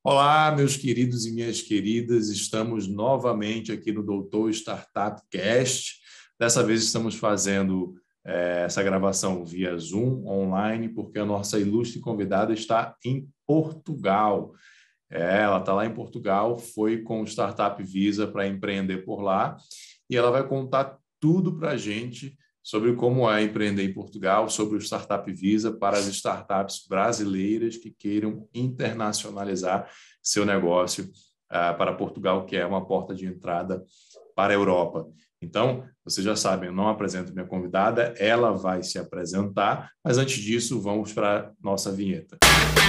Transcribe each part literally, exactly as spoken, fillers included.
Olá, meus queridos e minhas queridas, estamos novamente aqui no Doutor Startup Cast. Dessa vez estamos fazendo é, essa gravação via Zoom, online, porque a nossa ilustre convidada está em Portugal. É, ela está lá em Portugal, foi com o Startup Visa para empreender por lá e ela vai contar tudo para a gente sobre como é empreender em Portugal, sobre o Startup Visa para as startups brasileiras que queiram internacionalizar seu negócio uh, para Portugal, que é uma porta de entrada para a Europa. Então, vocês já sabem, eu não apresento minha convidada, ela vai se apresentar, mas antes disso, vamos para a nossa vinheta.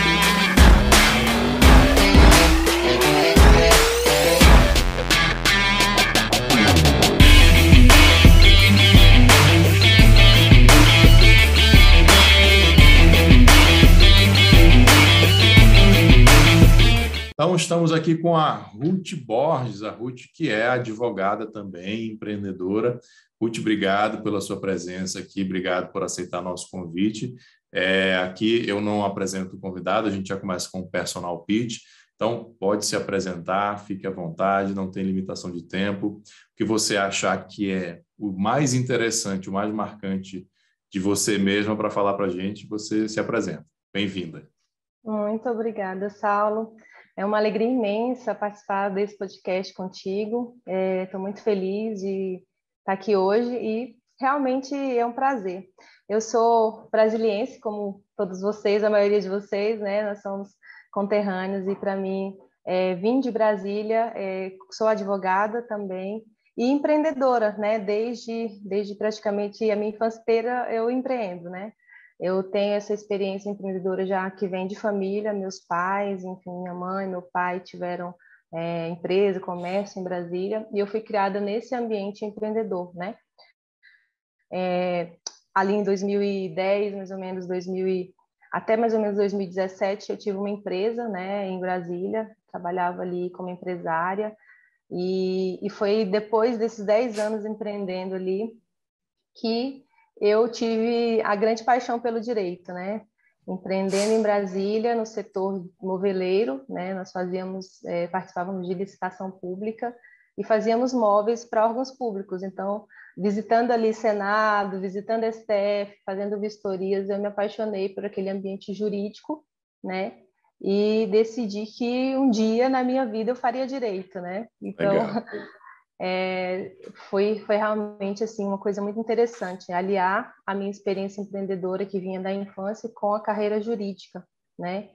Então, estamos aqui com a Ruth Borges, a Ruth que é advogada também, empreendedora. Ruth, obrigado pela sua presença aqui, obrigado por aceitar nosso convite. É, aqui eu não apresento o convidado, a gente já começa com o personal pitch, então pode se apresentar, fique à vontade, não tem limitação de tempo. O que você achar que é o mais interessante, o mais marcante de você mesma para falar para a gente, você se apresenta. Bem-vinda. Muito obrigada, Saulo. É uma alegria imensa participar desse podcast contigo. Estou é, muito feliz de estar aqui hoje e realmente é um prazer. Eu sou brasiliense, como todos vocês, a maioria de vocês, né? Nós somos conterrâneos e, para mim, é, vim de Brasília, é, sou advogada também e empreendedora, né? Desde, desde praticamente a minha infância inteira eu empreendo, né? Eu tenho essa experiência empreendedora já que vem de família, meus pais, enfim, minha mãe, meu pai tiveram é, empresa, comércio em Brasília, e eu fui criada nesse ambiente empreendedor, né? É, ali em dois mil e dez, mais ou menos, dois mil e, até mais ou menos dois mil e dezessete, eu tive uma empresa, né, em Brasília, trabalhava ali como empresária, e, e foi depois desses dez anos empreendendo ali que eu tive a grande paixão pelo direito, né? Empreendendo em Brasília, no setor moveleiro, né? Nós fazíamos, é, participávamos de licitação pública e fazíamos móveis para órgãos públicos. Então, visitando ali Senado, visitando S T F, fazendo vistorias, eu me apaixonei por aquele ambiente jurídico, né? E decidi que um dia na minha vida eu faria direito, né? Então, Legal. É, foi, foi realmente assim, uma coisa muito interessante, aliar a minha experiência empreendedora que vinha da infância com a carreira jurídica, né?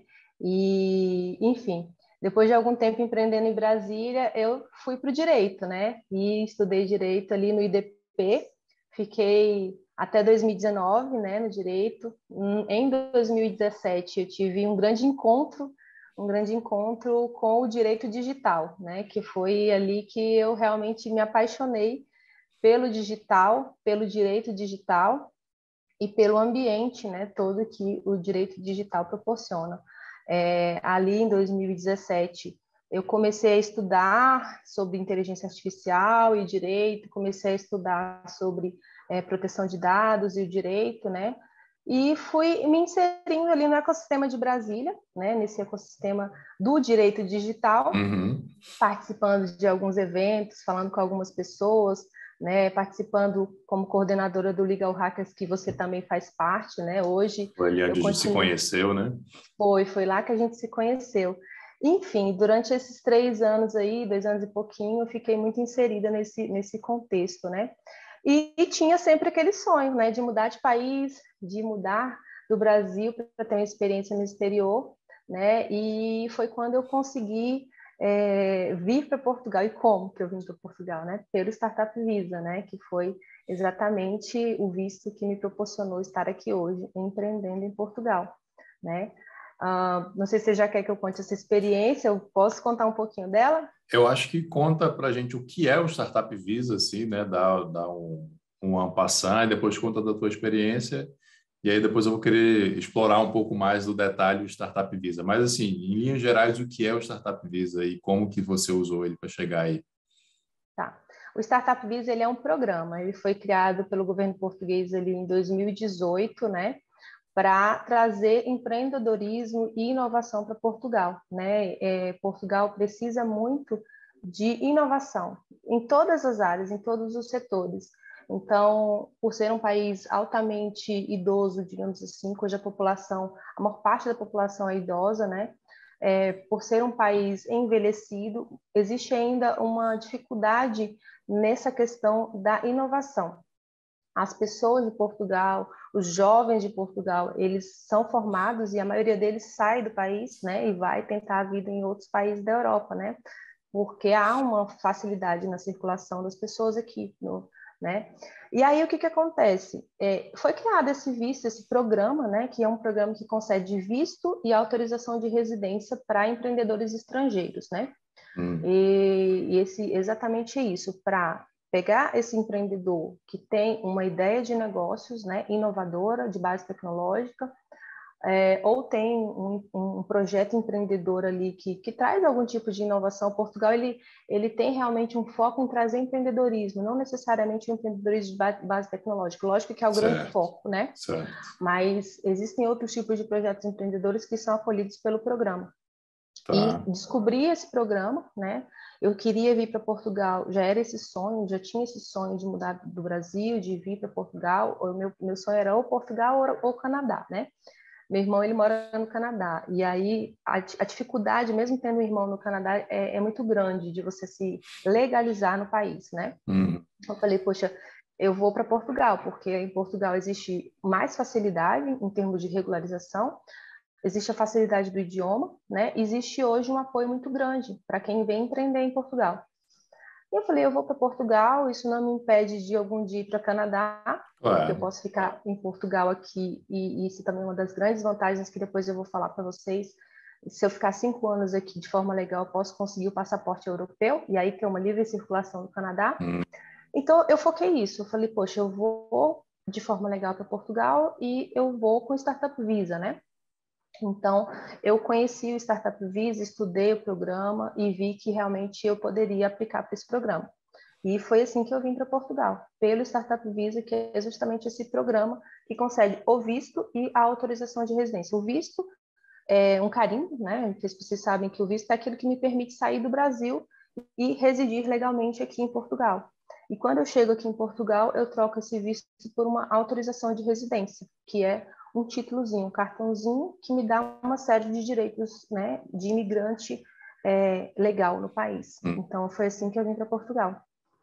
E, enfim, depois de algum tempo empreendendo em Brasília, eu fui para o direito, né? E estudei direito ali no I D P, fiquei até dois mil e dezenove, né, no direito. Em dois mil e dezessete, eu tive um grande encontro um grande encontro com o direito digital, né? Que foi ali que eu realmente me apaixonei pelo digital, pelo direito digital e pelo ambiente, né? Todo que o direito digital proporciona. É, ali em dois mil e dezessete, eu comecei a estudar sobre inteligência artificial e direito, comecei a estudar sobre é, proteção de dados e o direito, né? E fui me inserindo ali no ecossistema de Brasília, né, nesse ecossistema do direito digital, Uhum. participando de alguns eventos, falando com algumas pessoas, né, participando como coordenadora do Legal Hackers, que você também faz parte, né? Hoje Foi ali onde eu a gente se continuo... conheceu, né? Foi, foi lá que a gente se conheceu. Enfim, durante esses três anos aí, dois anos e pouquinho, eu fiquei muito inserida nesse, nesse contexto, né? E, e tinha sempre aquele sonho, né, de mudar de país, de mudar do Brasil para ter uma experiência no exterior, né? E foi quando eu consegui é, vir para Portugal. E como que eu vim para Portugal, né? Pelo Startup Visa, né? Que foi exatamente o visto que me proporcionou estar aqui hoje, empreendendo em Portugal, né? Uh, não sei se você já quer que eu conte essa experiência, eu posso contar um pouquinho dela? Eu acho que conta para a gente o que é o Startup Visa, assim, né? Dá, dá um, um en passant, e depois conta da tua experiência, e aí depois eu vou querer explorar um pouco mais do detalhe do Startup Visa. Mas, assim, em linhas gerais, o que é o Startup Visa e como que você usou ele para chegar aí? Tá. O Startup Visa, ele é um programa, ele foi criado pelo governo português ali em dois mil e dezoito, né? para trazer empreendedorismo e inovação para Portugal, né? É, Portugal precisa muito de inovação em todas as áreas, em todos os setores. Então, por ser um país altamente idoso, digamos assim, cuja população, a maior parte da população é idosa, né? É, por ser um país envelhecido, existe ainda uma dificuldade nessa questão da inovação. As pessoas de Portugal, os jovens de Portugal, eles são formados e a maioria deles sai do país, né, e vai tentar a vida em outros países da Europa, né? Porque há uma facilidade na circulação das pessoas aqui, no, né? E aí o que que acontece? É, foi criado esse visto, esse programa, né, que é um programa que concede visto e autorização de residência para empreendedores estrangeiros, né? Hum. E, e esse exatamente isso, para pegar esse empreendedor que tem uma ideia de negócios, né, inovadora, de base tecnológica, é, ou tem um, um projeto empreendedor ali que, que traz algum tipo de inovação. Portugal ele, ele tem realmente um foco em trazer empreendedorismo, não necessariamente um empreendedorismo de base, base tecnológica. Lógico que é o Certo. grande foco, né? Certo. Mas existem outros tipos de projetos empreendedores que são acolhidos pelo programa. Tá. E descobri esse programa, né? Eu queria vir para Portugal, já era esse sonho, já tinha esse sonho de mudar do Brasil, de vir para Portugal. O meu, meu sonho era ou Portugal ou, ou Canadá, né? Meu irmão, ele mora no Canadá. E aí, a, a dificuldade, mesmo tendo um irmão no Canadá, é, é muito grande de você se legalizar no país, né? Hum. Eu falei, poxa, eu vou para Portugal, porque em Portugal existe mais facilidade em termos de regularização, existe a facilidade do idioma, né? Existe hoje um apoio muito grande para quem vem empreender em Portugal. E eu falei, eu vou para Portugal, isso não me impede de algum dia ir para Canadá, Claro. porque eu posso ficar em Portugal aqui, e isso também é uma das grandes vantagens que depois eu vou falar para vocês. Se eu ficar cinco anos aqui de forma legal, eu posso conseguir o passaporte europeu, e aí ter uma livre circulação no Canadá. Hum. Então, eu foquei isso. Eu falei, poxa, eu vou de forma legal para Portugal e eu vou com Startup Visa, né? Então, eu conheci o Startup Visa, estudei o programa e vi que realmente eu poderia aplicar para esse programa. E foi assim que eu vim para Portugal, pelo Startup Visa, que é justamente esse programa que concede o visto e a autorização de residência. O visto é um carimbo, né? Não sei se vocês sabem que o visto é aquilo que me permite sair do Brasil e residir legalmente aqui em Portugal. E quando eu chego aqui em Portugal, eu troco esse visto por uma autorização de residência, que é um títulozinho, um cartãozinho que me dá uma série de direitos, né, de imigrante é, legal no país. Hum. Então, foi assim que eu vim para Portugal.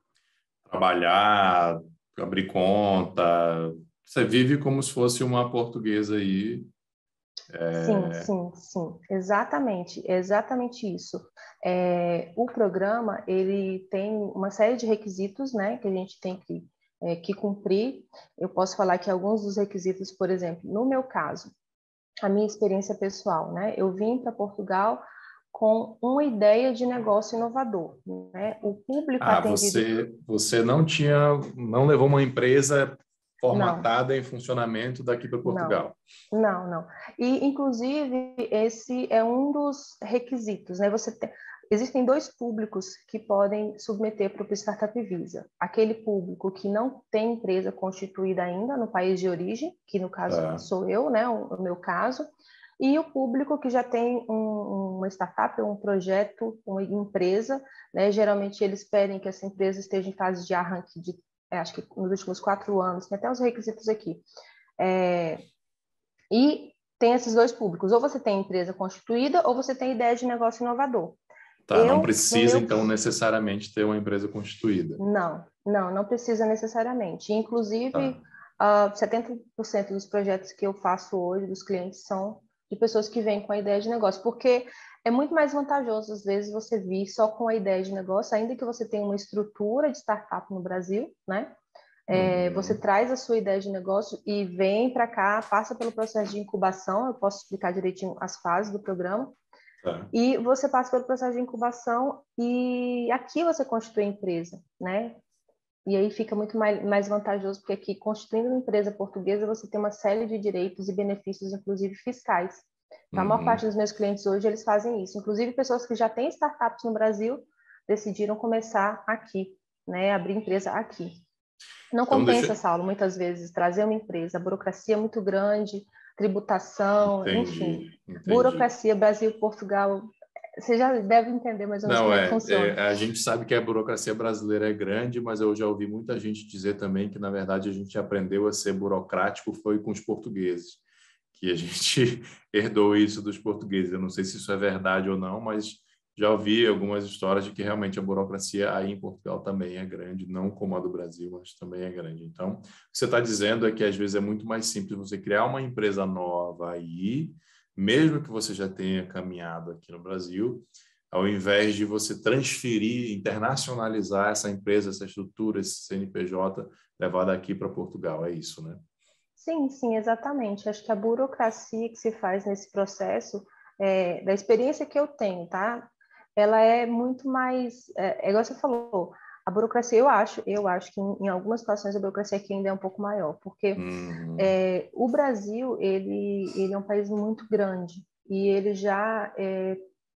Trabalhar, abrir conta, você vive como se fosse uma portuguesa aí. É... Sim, sim, sim, exatamente, exatamente isso. É, o programa, ele tem uma série de requisitos, né, que a gente tem que, é, que cumprir. Eu posso falar que alguns dos requisitos, por exemplo, no meu caso, a minha experiência pessoal, né, eu vim para Portugal com uma ideia de negócio inovador, né? O público Ah, atendido... você, você não tinha, não levou uma empresa Não, formatada em funcionamento daqui para não, Portugal. não, não. E, inclusive, esse é um dos requisitos, né? Você tem... Existem dois públicos que podem submeter para o Startup Visa. Aquele público que não tem empresa constituída ainda no país de origem, que no caso Tá. sou eu, né? O, o meu caso, e o público que já tem um, uma startup, um projeto, uma empresa, né? Geralmente eles pedem que essa empresa esteja em fase de arranque de, é, acho que nos últimos quatro anos, tem até os requisitos aqui. É, e tem esses dois públicos, ou você tem empresa constituída ou você tem ideia de negócio inovador. Tá, não Eu, no precisa, meu... então, necessariamente ter uma empresa constituída. Não, não, não precisa necessariamente. Tá. Inclusive, uh, setenta por cento dos projetos que eu faço hoje, dos clientes, são de pessoas que vêm com a ideia de negócio, porque é muito mais vantajoso, às vezes, você vir só com a ideia de negócio, ainda que você tenha uma estrutura de startup no Brasil, né? É, Uhum. você traz a sua ideia de negócio e vem para cá, passa pelo processo de incubação, eu posso explicar direitinho as fases do programa, Tá. e você passa pelo processo de incubação e aqui você constitui a empresa, né? E aí fica muito mais, mais vantajoso, porque aqui, constituindo uma empresa portuguesa, você tem uma série de direitos e benefícios, inclusive fiscais. Então, a maior parte Uhum. dos meus clientes hoje, eles fazem isso. Inclusive, pessoas que já têm startups no Brasil, decidiram começar aqui, né? Abrir empresa aqui. Não Então, compensa, deixa... Saulo, muitas vezes, trazer uma empresa. A burocracia é muito grande, tributação, enfim. Entendi, entendi. Burocracia, Brasil, Portugal, você já deve entender mais ou menos Não, como é que é, funciona. é, a gente sabe que a burocracia brasileira é grande, mas eu já ouvi muita gente dizer também que, na verdade, a gente aprendeu a ser burocrático foi com os portugueses, que a gente herdou isso dos portugueses. Eu não sei se isso é verdade ou não, mas já ouvi algumas histórias de que realmente a burocracia aí em Portugal também é grande, não como a do Brasil, mas também é grande. Então, o que você está dizendo é que às vezes é muito mais simples você criar uma empresa nova aí, mesmo que você já tenha caminhado aqui no Brasil, ao invés de você transferir, internacionalizar essa empresa, essa estrutura, esse C N P J, levar daqui para Portugal. É isso, né? Sim, sim, exatamente. Acho que a burocracia que se faz nesse processo, é, da experiência que eu tenho, tá? Ela é muito mais, é, é igual você falou, a burocracia, eu acho, eu acho que em, em algumas situações a burocracia aqui ainda é um pouco maior, porque Uhum. é, o Brasil, ele, ele é um país muito grande e ele já é,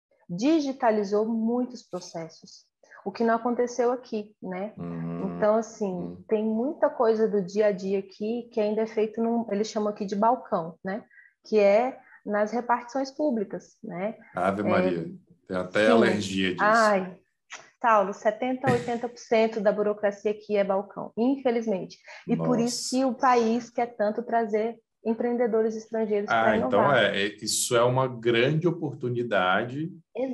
digitalizou muitos processos, o que não aconteceu aqui, né? Uhum. Então, assim, Uhum. tem muita coisa do dia a dia aqui que ainda é feito num, eles chamam aqui de balcão, né? Que é nas repartições públicas, né? Ave É, Maria, tem até sim, alergia disso. ai, Saulo, setenta a oitenta por cento da burocracia aqui é balcão, infelizmente. E por isso Nossa. que o país quer tanto trazer empreendedores estrangeiros para Ah, então inovar. é, é- isso é uma grande oportunidade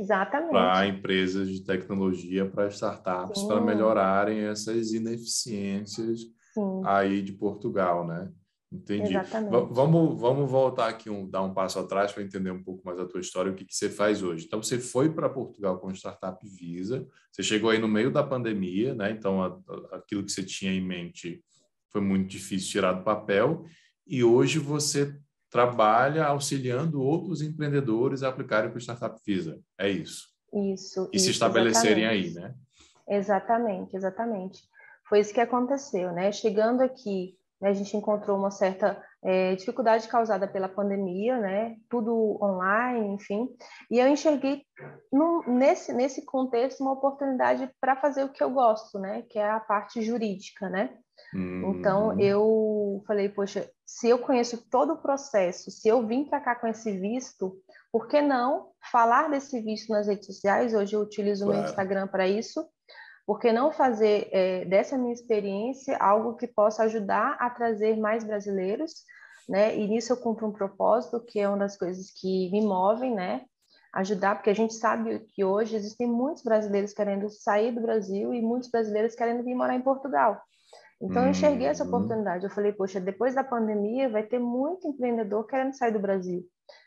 para Exatamente. empresas de tecnologia, para startups, para Sim, melhorarem essas ineficiências sim, aí de Portugal, né? Entendi. Va- exatamente. vamos, vamos voltar aqui, um, dar um passo atrás para entender um pouco mais a tua história, o que que você faz hoje. Então, você foi para Portugal com o Startup Visa, você chegou aí no meio da pandemia, né? Então, a- a- aquilo que você tinha em mente foi muito difícil tirar do papel, e hoje você trabalha auxiliando outros empreendedores a aplicarem para o Startup Visa. É isso. Isso, E se isso, estabelecerem aí, exatamente. né? Exatamente, exatamente. Foi isso que aconteceu, né? Chegando aqui, né, a gente encontrou uma certa eh, dificuldade causada pela pandemia, né? Tudo online, enfim. E eu enxerguei num- nesse nesse contexto uma oportunidade para fazer o que eu gosto, né? Que é a parte jurídica, né? Então Uhum. eu falei, poxa, se eu conheço todo o processo, se eu vim para cá com esse visto, por que não falar desse visto nas redes sociais? Hoje eu utilizo o meu Claro. Instagram para isso. Por que não fazer é, dessa minha experiência algo que possa ajudar a trazer mais brasileiros, né? E nisso eu cumpro um propósito, que é uma das coisas que me movem, né? Ajudar, porque a gente sabe que hoje existem muitos brasileiros querendo sair do Brasil e muitos brasileiros querendo vir morar em Portugal. Então, eu enxerguei essa Uhum. oportunidade. Eu falei, poxa, depois da pandemia vai ter muito empreendedor querendo sair do Brasil.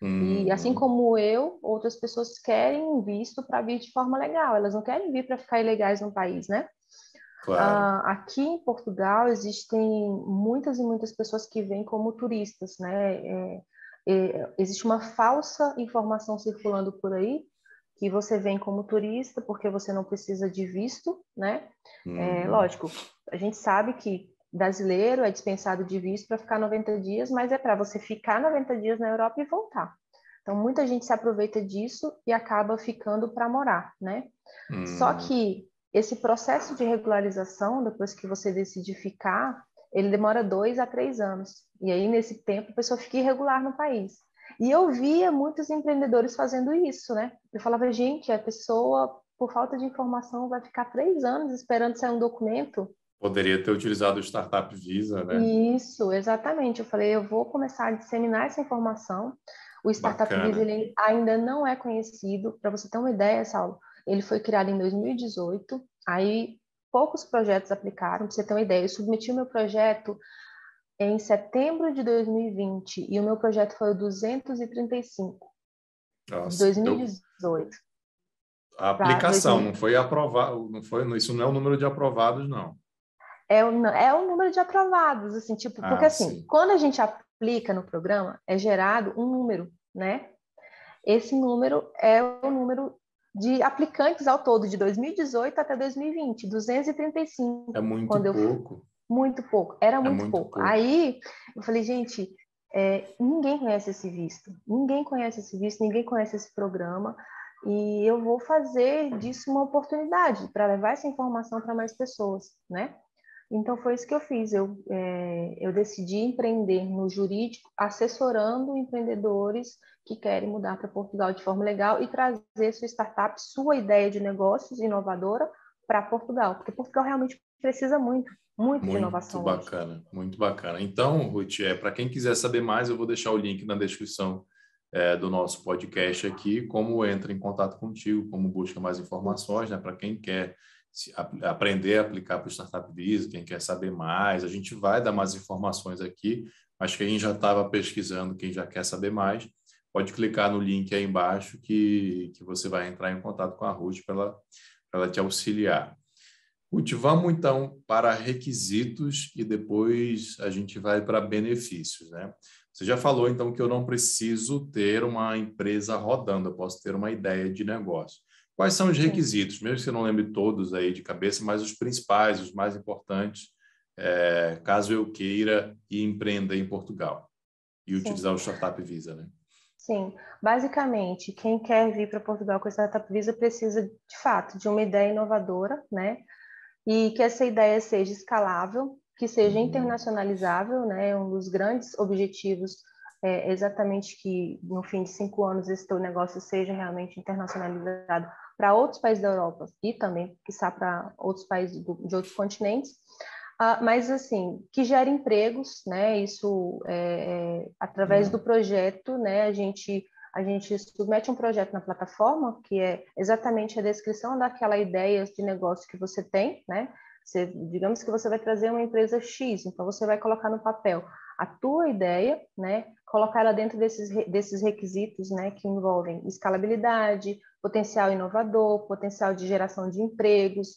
E assim Uhum. como eu, outras pessoas querem um visto para vir de forma legal. Elas não querem vir para ficar ilegais no país, né? Claro. Ah, aqui em Portugal existem muitas e muitas pessoas que vêm como turistas, né? É, é, existe uma falsa informação circulando por aí que você vem como turista porque você não precisa de visto, né? É, Uhum. lógico, a gente sabe que brasileiro é dispensado de visto para ficar noventa dias, mas é para você ficar noventa dias na Europa e voltar. Então, muita gente se aproveita disso e acaba ficando para morar, né? Só Uhum. que esse processo de regularização, depois que você decide ficar, ele demora dois a três anos. E aí, nesse tempo, a pessoa fica irregular no país. E eu via muitos empreendedores fazendo isso, né? Eu falava, gente, a pessoa, por falta de informação, vai ficar três anos esperando sair um documento. Poderia ter utilizado o Startup Visa, né? Isso, exatamente. Eu falei, eu vou começar a disseminar essa informação. O Startup Visa Bacana. ele ainda não é conhecido. Para você ter uma ideia, Saulo, ele foi criado em dois mil e dezoito. Aí poucos projetos aplicaram. Para você ter uma ideia, eu submeti o meu projeto em setembro de dois mil e vinte e o meu projeto foi o duzentos e trinta e cinco de Nossa, deu dois mil e dezoito a para aplicação, não foi aprovado, não foi, isso não é o número de aprovados, não. É o, é o número de aprovados, assim, tipo, porque Ah, assim, sim. quando a gente aplica no programa, é gerado um número, né? Esse número é o número de aplicantes ao todo, de dois mil e dezoito até dois mil e vinte, duzentos e trinta e É cinco, muito quando eu, pouco. muito pouco, era É muito muito pouco. pouco. Aí eu falei, gente, é, ninguém conhece esse visto, ninguém conhece esse visto, ninguém conhece esse programa, e eu vou fazer disso uma oportunidade para levar essa informação para mais pessoas, né? Então, foi isso que eu fiz. Eu, é, eu decidi empreender no jurídico, assessorando empreendedores que querem mudar para Portugal de forma legal e trazer sua startup, sua ideia de negócios inovadora para Portugal, porque Portugal realmente precisa muito, muito de Muito inovação hoje. bacana, muito bacana. Então, Ruth, é, para quem quiser saber mais, eu vou deixar o link na descrição é, do nosso podcast aqui, como entra em contato contigo, como busca mais informações, né? Para quem quer se, a, aprender a aplicar para o Startup Visa, quem quer saber mais, a gente vai dar mais informações aqui, mas quem já estava pesquisando, quem já quer saber mais, pode clicar no link aí embaixo que, que você vai entrar em contato com a Ruth para ela, para ela te auxiliar. Ruth, vamos então para requisitos e depois a gente vai para benefícios, né? Você já falou então que eu não preciso ter uma empresa rodando, eu posso ter uma ideia de negócio. Quais são os requisitos? Mesmo que você não lembre todos aí de cabeça, mas os principais, os mais importantes, é, caso eu queira ir empreender em Portugal e Sim. utilizar o Startup Visa, né? Sim, basicamente, quem quer vir para Portugal com a Startup Visa precisa, de fato, de uma ideia inovadora, né? E que essa ideia seja escalável, que seja Uhum. internacionalizável, né? Um dos grandes objetivos é exatamente que no fim de cinco anos esse teu negócio seja realmente internacionalizado para outros países da Europa e também, quiçá, para outros países do, de outros continentes. Uh, mas, assim, que gere empregos, né? Isso, é, é, através do projeto, né? A gente, a gente submete um projeto na plataforma, que é exatamente a descrição daquela ideia de negócio que você tem, né? Você, digamos que você vai trazer uma empresa X, então você vai colocar no papel a tua ideia, né? Colocar ela dentro desses, desses requisitos, né? Que envolvem escalabilidade, potencial inovador, potencial de geração de empregos,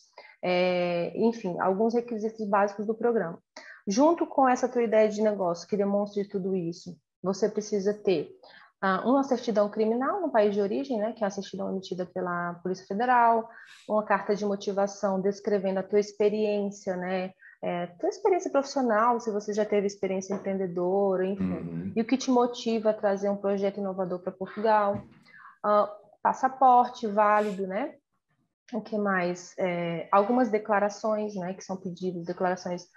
é, enfim, alguns requisitos básicos do programa. Junto com essa tua ideia de negócio que demonstre tudo isso, você precisa ter uh, uma certidão criminal no país de origem, né, que é a certidão emitida pela Polícia Federal, uma carta de motivação descrevendo a tua experiência, né, é, tua experiência profissional, se você já teve experiência empreendedora, enfim, Uhum. e o que te motiva a trazer um projeto inovador para Portugal. Uh, passaporte válido, né? O que mais? É, algumas declarações, né, que são pedidas, declarações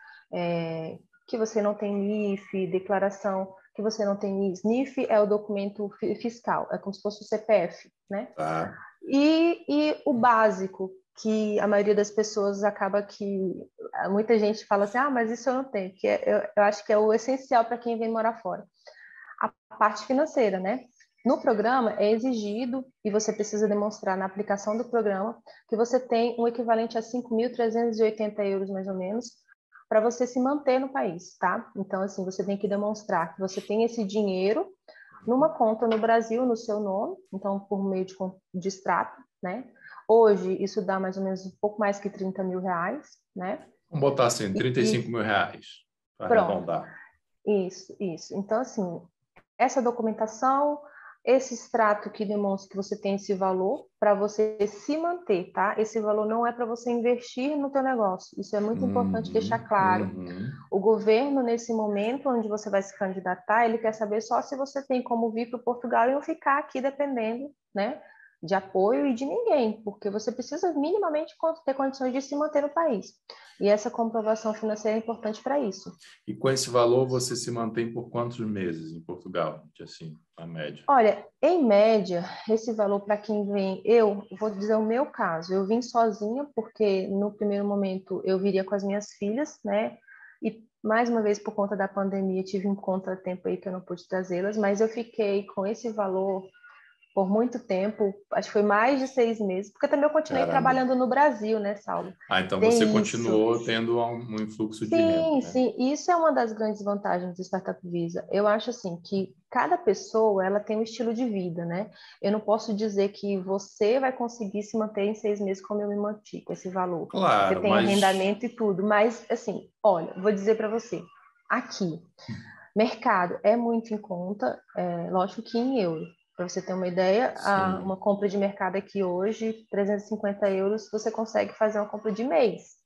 é, que você não tem N I F, declaração que você não tem N I S. N I F é o documento fiscal, é como se fosse o C P F, né? Tá. E, e o básico, que a maioria das pessoas acaba que... Muita gente fala assim, ah, mas isso eu não tenho, que é, eu, eu acho que é o essencial para quem vem morar fora. A parte financeira, né? No programa é exigido, e você precisa demonstrar na aplicação do programa, que você tem um equivalente a cinco mil trezentos e oitenta euros, mais ou menos, para você se manter no país, tá? Então, assim, você tem que demonstrar que você tem esse dinheiro numa conta no Brasil, no seu nome, então, por meio de, de extrato, né? Hoje, isso dá mais ou menos um pouco mais que trinta mil reais, né? Vamos botar assim, trinta e cinco mil reais, para pronto. arredondar. Isso, isso. Então, assim, essa documentação, esse extrato que demonstra que você tem esse valor para você se manter, tá? Esse valor não é para você investir no teu negócio. Isso é muito importante deixar Uhum, claro. uhum. O governo, nesse momento onde você vai se candidatar, ele quer saber só se você tem como vir para Portugal e não ficar aqui dependendo, né, de apoio e de ninguém, porque você precisa minimamente ter condições de se manter no país. E essa comprovação financeira é importante para isso. E com esse valor você se mantém por quantos meses em Portugal, assim, a média? Olha, em média, esse valor para quem vem, eu vou dizer o meu caso, eu vim sozinha porque no primeiro momento eu viria com as minhas filhas, né? E mais uma vez por conta da pandemia tive um contratempo aí que eu não pude trazê-las, mas eu fiquei com esse valor por muito tempo, acho que foi mais de seis meses, porque também eu continuei Caramba. trabalhando no Brasil, né, Saulo? Ah, então você Tem isso. continuou tendo um influxo de renda, Sim, né? sim, isso é uma das grandes vantagens do Startup Visa. Eu acho assim que cada pessoa ela tem um estilo de vida, né? Eu não posso dizer que você vai conseguir se manter em seis meses como eu me mantive com esse valor, porque Claro, tem mas... arrendamento e tudo. Mas assim, olha, vou dizer para você, aqui mercado é muito em conta, é, lógico que em euro. Para você ter uma ideia, a, Sim. uma compra de mercado aqui hoje, trezentos e cinquenta euros, você consegue fazer uma compra de mês.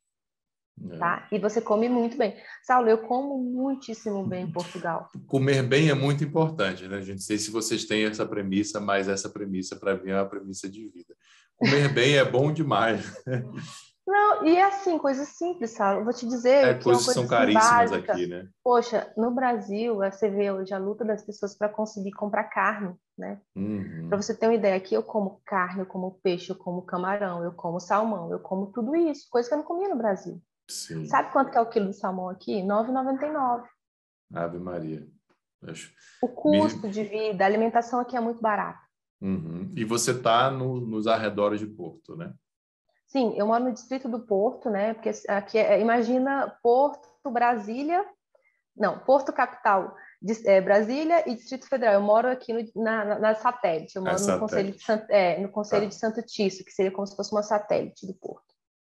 É. Tá? E você come muito bem. Saulo, eu como muitíssimo bem em Portugal. Comer bem é muito importante, né, gente? Não sei se vocês têm essa premissa, mas essa premissa, para mim, é uma premissa de vida. Comer bem é bom demais. Não, Não, e é assim, coisa simples, sabe? Eu vou te dizer É, que é uma coisas que coisa são assim, caríssimas básica. aqui, né? Poxa, no Brasil, você vê hoje a luta das pessoas para conseguir comprar carne, né? Para Uhum, você ter uma ideia, aqui eu como carne, eu como peixe, eu como camarão, eu como salmão, eu como tudo isso, coisa que eu não comia no Brasil. sim. Sabe quanto que é o quilo de salmão aqui? nove reais e noventa e nove centavos. Ave Maria. Acho. O Me- custo de vida, a alimentação aqui é muito barata. Uhum. E você está no, nos arredores de Porto, né? Sim, eu moro no distrito do Porto, né? Porque aqui é, imagina Porto, Brasília, não, Porto capital, dis- é, Brasília e Distrito Federal. Eu moro aqui no- na, na, na satélite, eu É moro no Conselho de satélite. Santo, é, no Conselho de Tá, Santo Tício, que seria como se fosse uma satélite do Porto.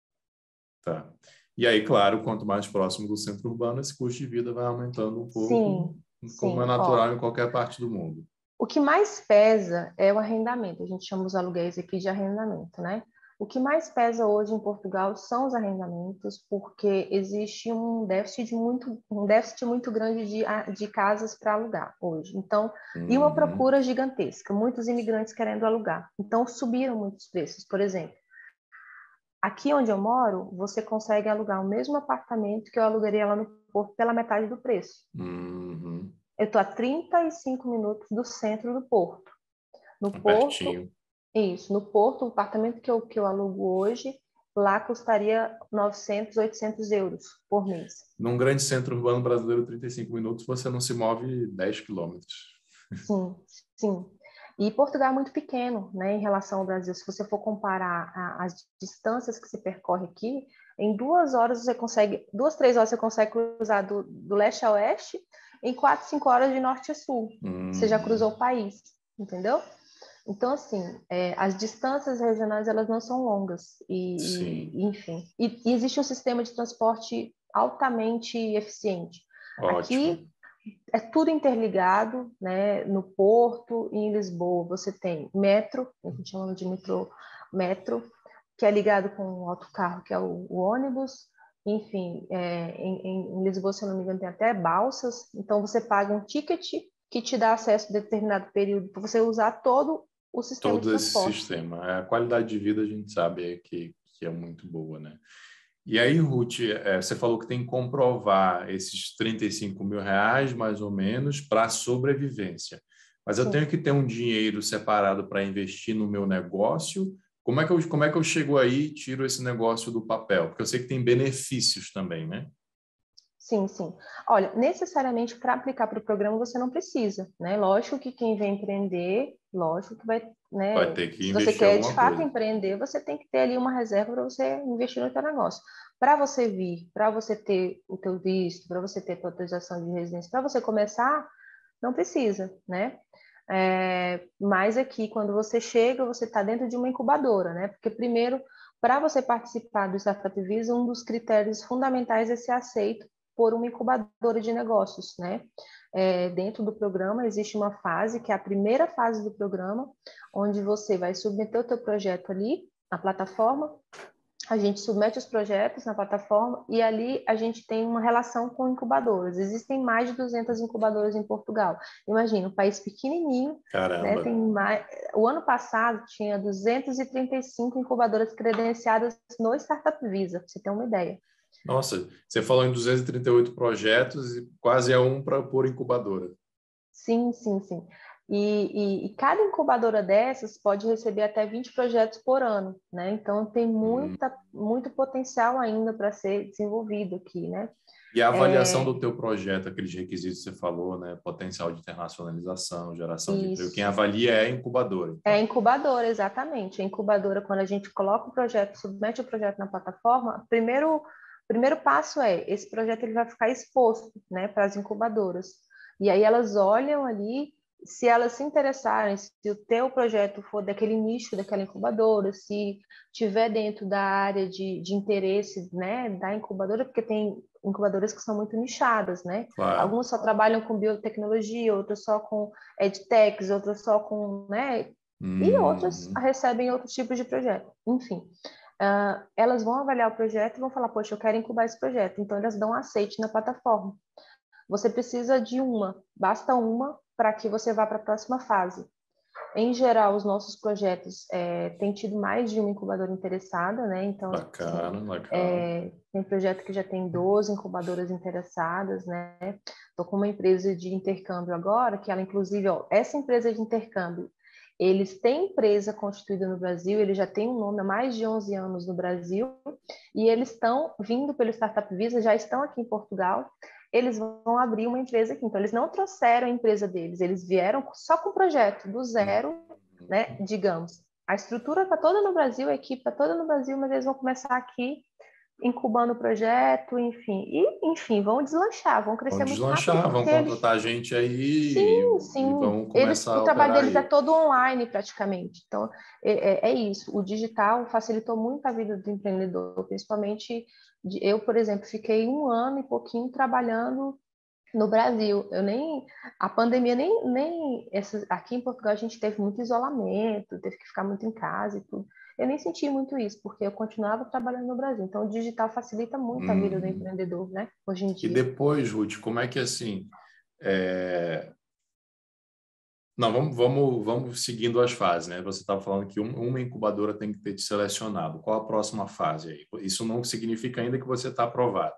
tá. E aí, claro, quanto mais próximo do centro urbano, esse custo de vida vai aumentando um pouco, Sim, como é sim. Ó, natural em qualquer parte do mundo. o que mais pesa é o arrendamento. A gente chama os aluguéis aqui de arrendamento, né? O que mais pesa hoje em Portugal são os arrendamentos, porque existe um déficit de muito, um déficit muito grande de, de casas para alugar hoje. Então, e uma Uhum. procura gigantesca, muitos imigrantes querendo alugar. Então, subiram muitos preços. Por exemplo, aqui onde eu moro, você consegue alugar o mesmo apartamento que eu alugaria lá no Porto pela metade do preço. Uhum. Eu estou a trinta e cinco minutos do centro do Porto. No É Porto, pertinho. isso, no Porto, o apartamento que eu, que eu alugo hoje, lá custaria novecentos, oitocentos euros por mês. Num grande centro urbano brasileiro, trinta e cinco minutos, você não se move dez quilômetros. Sim, sim. E Portugal é muito pequeno, né, em relação ao Brasil. Se você for comparar a, as distâncias que se percorre aqui, em duas horas você consegue, duas, três horas você consegue cruzar do, do leste a oeste, em quatro, cinco horas de norte a sul. Você já Uhum. cruzou o país, entendeu? Então, assim, é, as distâncias regionais, elas não são longas, e, Sim, e enfim. E, e existe um sistema de transporte altamente eficiente. ótimo. Aqui é tudo interligado, né? No Porto e em Lisboa você tem metro, a gente chama de metrô, metro, que é ligado com o autocarro, que é o, o ônibus. Enfim, é, em, em Lisboa, se eu não me engano, tem até balsas. Então, você paga um ticket que te dá acesso a determinado período para você usar todo o sistema de Todo esse transporte. sistema. A qualidade de vida a gente sabe que, que é muito boa, né? E aí, Ruth, é, você falou que tem que comprovar esses trinta e cinco mil reais, mais ou menos, para sobrevivência. Mas eu tenho Sim. que ter um dinheiro separado para investir no meu negócio. Como é que eu, como é que eu chego aí e tiro esse negócio do papel? Porque eu sei que tem benefícios também, né? Sim, sim. Olha, necessariamente para aplicar para o programa você não precisa, né? Lógico que quem vem empreender, lógico que vai, Vai né? ter que Se você investir quer de alguma fato coisa. empreender, você tem que ter ali uma reserva para você investir no teu negócio. Para você vir, para você ter o teu visto, para você ter a tua autorização de residência, para você começar, não precisa, né? É, mas aqui, quando você chega, você está dentro de uma incubadora, né? Porque primeiro, para você participar do Startup Visa, um dos critérios fundamentais é ser aceito por uma incubadora de negócios, né? É, dentro do programa existe uma fase, que é a primeira fase do programa, onde você vai submeter o teu projeto ali na plataforma, a gente submete os projetos na plataforma e ali a gente tem uma relação com incubadoras. Existem mais de duzentas incubadoras em Portugal. Imagina, um país pequenininho, né? Caramba. Tem mais... O ano passado tinha duzentas e trinta e cinco incubadoras credenciadas no Startup Visa, para você ter uma ideia. Nossa, você falou em duzentos e trinta e oito projetos e quase é um para pôr incubadora. Sim, sim, sim. E, e, e cada incubadora dessas pode receber até vinte projetos por ano, né? Então tem Hum. muita, muito potencial ainda para ser desenvolvido aqui, né? E a avaliação É, do teu projeto, aqueles requisitos que você falou, né? Potencial de internacionalização, geração de emprego. Quem isso. avalia é a incubadora, É então. incubadora, exatamente. A incubadora, quando a gente coloca o projeto, submete o projeto na plataforma, primeiro, primeiro passo é, esse projeto ele vai ficar exposto, né, para as incubadoras. E aí elas olham ali, se elas se interessarem, se o teu projeto for daquele nicho daquela incubadora, se tiver dentro da área de, de interesse, né, da incubadora, porque tem incubadoras que são muito nichadas, né? Claro. Algumas só trabalham com biotecnologia, outras só com edtechs, outras só com, né, e outras Uhum. recebem outros tipos de projeto. Enfim, uh, elas vão avaliar o projeto e vão falar, poxa, eu quero incubar esse projeto. Então, elas dão um aceite na plataforma. Você precisa de uma, basta uma para que você vá para a próxima fase. Em geral, os nossos projetos é, têm tido mais de uma incubadora interessada, né? Então, Bacana, assim, bacana. é, tem projeto que já tem doze incubadoras interessadas, né? Estou com uma empresa de intercâmbio agora, que ela, inclusive, ó, essa empresa de intercâmbio, eles têm empresa constituída no Brasil, eles já têm um nome há mais de onze anos no Brasil, e eles estão vindo pelo Startup Visa, já estão aqui em Portugal, eles vão abrir uma empresa aqui. Então, eles não trouxeram a empresa deles, eles vieram só com o projeto, do zero, né, digamos. A estrutura está toda no Brasil, a equipe está toda no Brasil, mas eles vão começar aqui incubando o projeto, enfim. E, enfim, vão deslanchar, vão Vão crescer muito rápido, deslanchar, vão porque eles... contratar gente aí Sim, e, e sim. vão Eles, começar o a trabalho operar deles é aí. todo online, praticamente. Então, é, é, é isso. O digital facilitou muito a vida do empreendedor, principalmente de, eu, por exemplo, fiquei um ano e pouquinho trabalhando no Brasil. Eu nem... A pandemia nem... nem essas, aqui em Portugal a gente teve muito isolamento, teve que ficar muito em casa e tudo. Eu nem senti muito isso, porque eu continuava trabalhando no Brasil. Então, o digital facilita muito a vida do Uhum. empreendedor, né? Hoje em E dia. depois, Ruth, como é que assim... é, Não, vamos, vamos, vamos seguindo as fases, né? Você estava falando que um- uma incubadora tem que ter te selecionado. Qual a próxima fase aí? Isso não significa ainda que você está aprovado.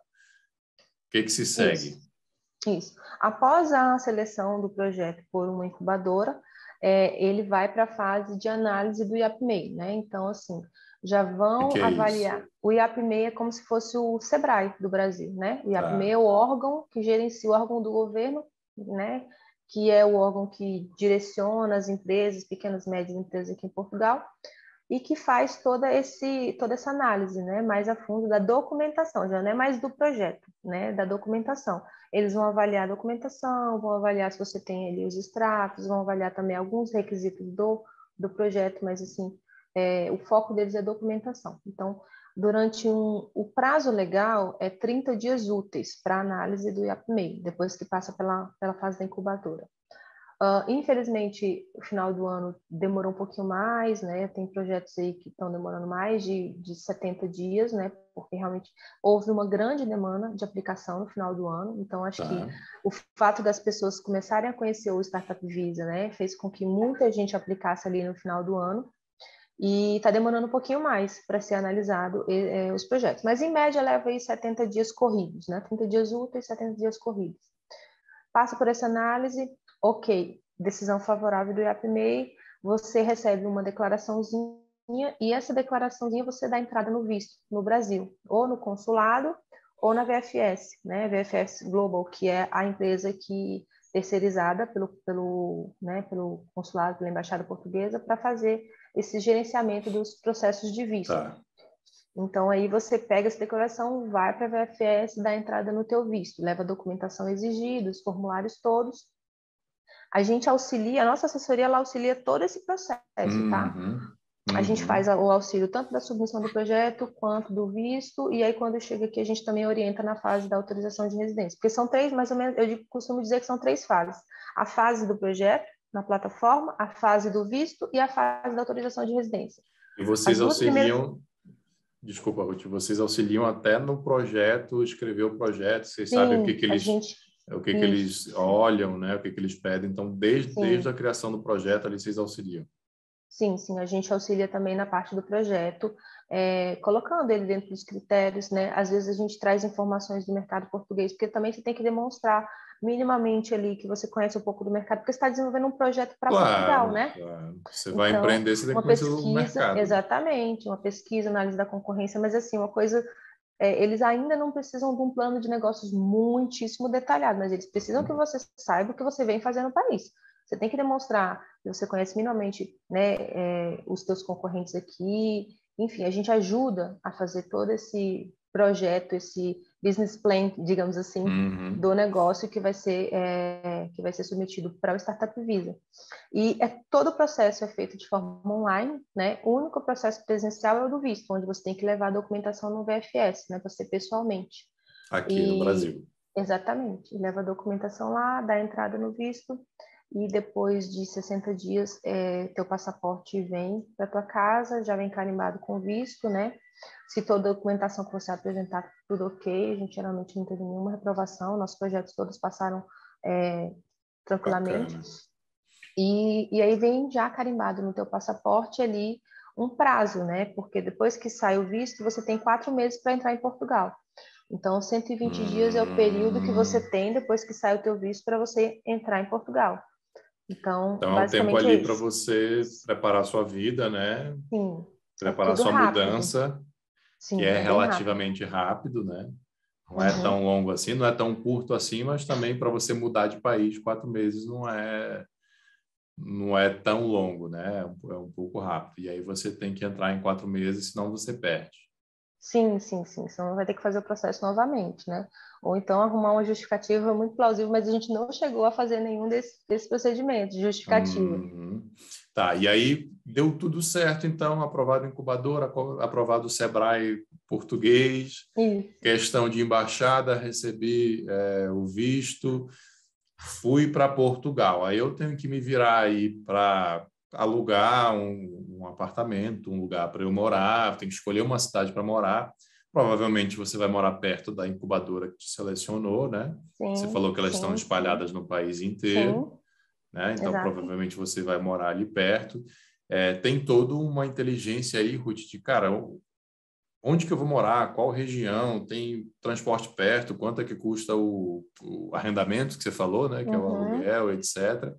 O que que se Isso. segue? Isso. Após a seleção do projeto por uma incubadora, é, ele vai para a fase de análise do IAPMEI, né? Então, assim, já O vão que é isso? avaliar. O IAPMEI é como se fosse o SEBRAE do Brasil, né? O IAPMEI Tá. é o órgão que gerencia o órgão do governo, né? Que é o órgão que direciona as empresas, pequenas e médias empresas aqui em Portugal, e que faz toda, esse, toda essa análise, né, mais a fundo da documentação, já não é mais do projeto, né, da documentação. Eles vão avaliar a documentação, vão avaliar se você tem ali os extratos, vão avaliar também alguns requisitos do, do projeto, mas assim, é, o foco deles é documentação. Então, durante um, o prazo legal é trinta dias úteis para análise do IAPMEI, depois que passa pela, pela fase da incubadora. Uh, infelizmente, o final do ano demorou um pouquinho mais, né? Tem projetos aí que estão demorando mais de, de setenta dias, né? Porque realmente houve uma grande demanda de aplicação no final do ano. Então, acho que Tá. o fato das pessoas começarem a conhecer o Startup Visa, né? Fez com que muita gente aplicasse ali no final do ano. E está demorando um pouquinho mais para ser analisado eh, os projetos. Mas, em média, leva aí setenta dias corridos, né? trinta dias úteis, setenta dias corridos. Passa por essa análise, ok, decisão favorável do IAPMEI, você recebe uma declaraçãozinha e essa declaraçãozinha você dá entrada no visto no Brasil, ou no consulado ou na V F S, né? V F S Global, que é a empresa que terceirizada pelo, pelo, né, pelo consulado, pela embaixada portuguesa, para fazer esse gerenciamento dos processos de visto. Tá. Então, aí você pega essa declaração, vai para a V F S, dá entrada no teu visto, leva a documentação exigida, os formulários todos. A gente auxilia, a nossa assessoria, ela auxilia todo esse processo, tá? Uhum. A gente faz Uhum. o auxílio tanto da submissão do projeto quanto do visto, e aí quando chega aqui a gente também orienta na fase da autorização de residência, porque são três, mais ou menos, eu digo- costumo dizer que são três fases. A fase do projeto, na plataforma, a fase do visto e a fase da autorização de residência. E As vocês duas primeiras... auxiliam, desculpa, Ruth, vocês auxiliam até no projeto, escrever o projeto, vocês sabem o que Sim, que a eles, gente... o que que Isso, eles olham, né? O que que eles pedem. Então, desde, desde sim. a criação do projeto, ali vocês auxiliam. Sim, sim, a gente auxilia também na parte do projeto, é, colocando ele dentro dos critérios, né? Às vezes a gente traz informações do mercado português, porque também você tem que demonstrar minimamente ali que você conhece um pouco do mercado, porque você está desenvolvendo um projeto para Portugal, Claro, né? claro. Você vai Então, empreender, você tem que uma conhecer o pesquisa, mercado, né? exatamente, uma pesquisa, análise da concorrência, mas assim, uma coisa, é, eles ainda não precisam de um plano de negócios muitíssimo detalhado, mas eles precisam que Uhum. você saiba o que você vem fazer no país. Você tem que demonstrar que você conhece minimamente, né, é, os teus concorrentes aqui. Enfim, a gente ajuda a fazer todo esse projeto, esse business plan, digamos assim, Uhum. do negócio que vai ser, é, que vai ser submetido para o Startup Visa. E é, todo o processo é feito de forma online, né? O único processo presencial é o do visto, onde você tem que levar a documentação no V F S, né? Você pessoalmente. Aqui no E Brasil. exatamente, leva a documentação lá, dá a entrada no visto e depois de sessenta dias é, teu passaporte vem para tua casa, já vem carimbado com visto, né? Se toda a documentação que você apresentar tudo ok, a gente geralmente não teve nenhuma reprovação, nossos projetos todos passaram é, tranquilamente. Bacana. E, e aí vem já carimbado no teu passaporte ali um prazo, né? Porque depois que sai o visto, você tem quatro meses para entrar em Portugal. Então, cento e vinte dias é o período que Hum, você tem depois que sai o teu visto para você entrar em Portugal. Então, então é o tempo basicamente é ali para isso. você preparar sua vida, né? Sim, é Preparar tudo sua rápido. mudança, que Sim, é é bem rápido. relativamente rápido, né? Não é tão Uhum. longo assim, não é tão curto assim, mas também para você mudar de país, quatro meses não é não é tão longo, né? É um, é um pouco rápido. E aí você tem que entrar em quatro meses, senão você perde. Sim, sim, sim. Senão vai ter que fazer o processo novamente, né? Ou então arrumar uma justificativa muito plausível, mas a gente não chegou a fazer nenhum desses desse procedimentos de justificativa. Uhum. Tá, e aí deu tudo certo, então, aprovado incubadora, aco- aprovado o Sebrae português, Isso. questão de embaixada, recebi é, o visto, fui para Portugal. Aí eu tenho que me virar aí para alugar um, um apartamento, um lugar para eu morar, tenho que escolher uma cidade para morar. Provavelmente você vai morar perto da incubadora que te selecionou, né? Você Sim, falou que elas estão sim, sim. espalhadas no país inteiro, Sim, né? Então, exato. provavelmente você vai morar ali perto. É, tem toda uma inteligência aí, Ruth, de cara, onde que eu vou morar, qual região, tem transporte perto, quanto é que custa o, o arrendamento que você falou, né? Que é o Uhum. aluguel, etcétera.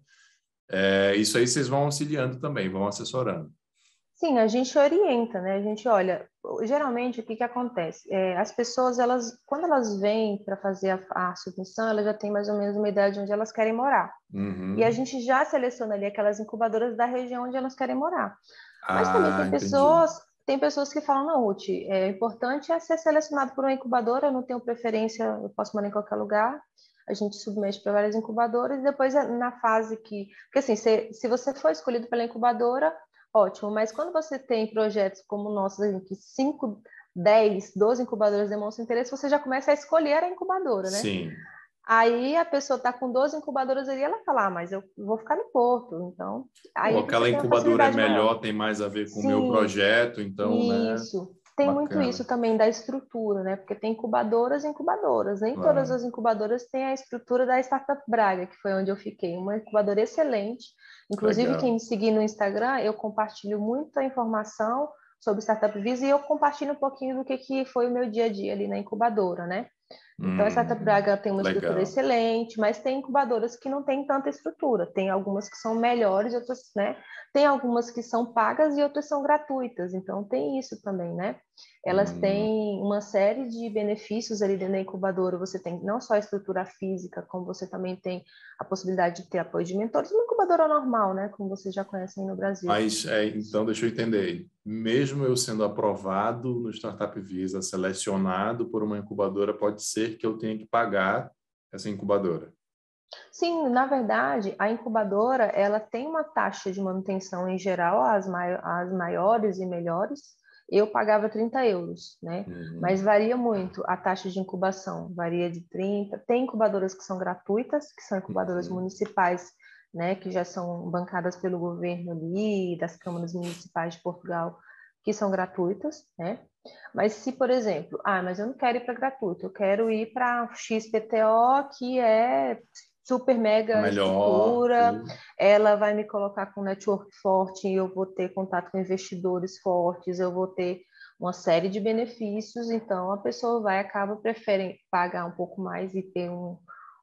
É, isso aí vocês vão auxiliando também, vão assessorando. Sim, a gente orienta, né? A gente olha, geralmente o que que acontece? É, as pessoas, elas, quando elas vêm para fazer a, a submissão, elas já têm mais ou menos uma ideia de onde elas querem morar. E a Uhum. gente já seleciona ali aquelas incubadoras da região onde elas querem morar. Mas também Ah, tem entendi. pessoas, tem pessoas que falam, não, Ruth, é importante é ser selecionado por uma incubadora, eu não tenho preferência, eu posso morar em qualquer lugar. A gente submete para várias incubadoras e depois é na fase que, porque assim, se, se você for escolhido pela incubadora, ótimo, mas quando você tem projetos como o nosso, assim, que cinco, dez, doze incubadoras demonstram interesse, você já começa a escolher a incubadora, né? Sim. Aí a pessoa está com doze incubadoras ali, ela fala, ah, mas eu vou ficar no Porto, então Pô, aí você aquela tem uma incubadora é facilidade maior. melhor, tem mais a ver com o meu Sim, projeto, então, né? isso. Tem muito Bacana. isso também da estrutura, né? Porque tem incubadoras e incubadoras. Nem todas Claro. as incubadoras têm a estrutura da Startup Braga, que foi onde eu fiquei. Uma incubadora excelente. Inclusive, quem Legal. me seguir no Instagram, eu compartilho muita informação sobre Startup Visa e eu compartilho um pouquinho do que, que foi o meu dia a dia ali na incubadora, né? Então, a Startup Hum, Braga tem uma estrutura legal. excelente, mas tem incubadoras que não têm tanta estrutura. Tem algumas que são melhores, outras, né? Tem algumas que são pagas e outras são gratuitas. Então, tem isso também, né? Elas Hum, têm uma série de benefícios ali dentro da incubadora. Você tem não só a estrutura física, como você também tem a possibilidade de ter apoio de mentores. Uma incubadora normal, né? Como vocês já conhecem no Brasil. mas, é, então, deixa eu entender. Mesmo eu sendo aprovado no Startup Visa, selecionado por uma incubadora, pode ser que eu tenha que pagar essa incubadora. Sim, na verdade, a incubadora ela tem uma taxa de manutenção em geral, as, mai as maiores e melhores. Eu pagava trinta euros, né? Mas Uhum, varia muito a taxa de incubação, varia de trinta. Tem incubadoras que são gratuitas, que são incubadoras uhum. municipais, né? Que já são bancadas pelo governo ali, das câmaras municipais de Portugal, que são gratuitas, né? Mas se, por exemplo, ah, mas eu não quero ir para gratuito, eu quero ir para X P T O, que é super A mega melhor, estrutura, tudo. ela vai me colocar com um network forte, eu vou ter contato com investidores fortes, eu vou ter uma série de benefícios, então a pessoa vai, acaba, prefere pagar um pouco mais e ter um,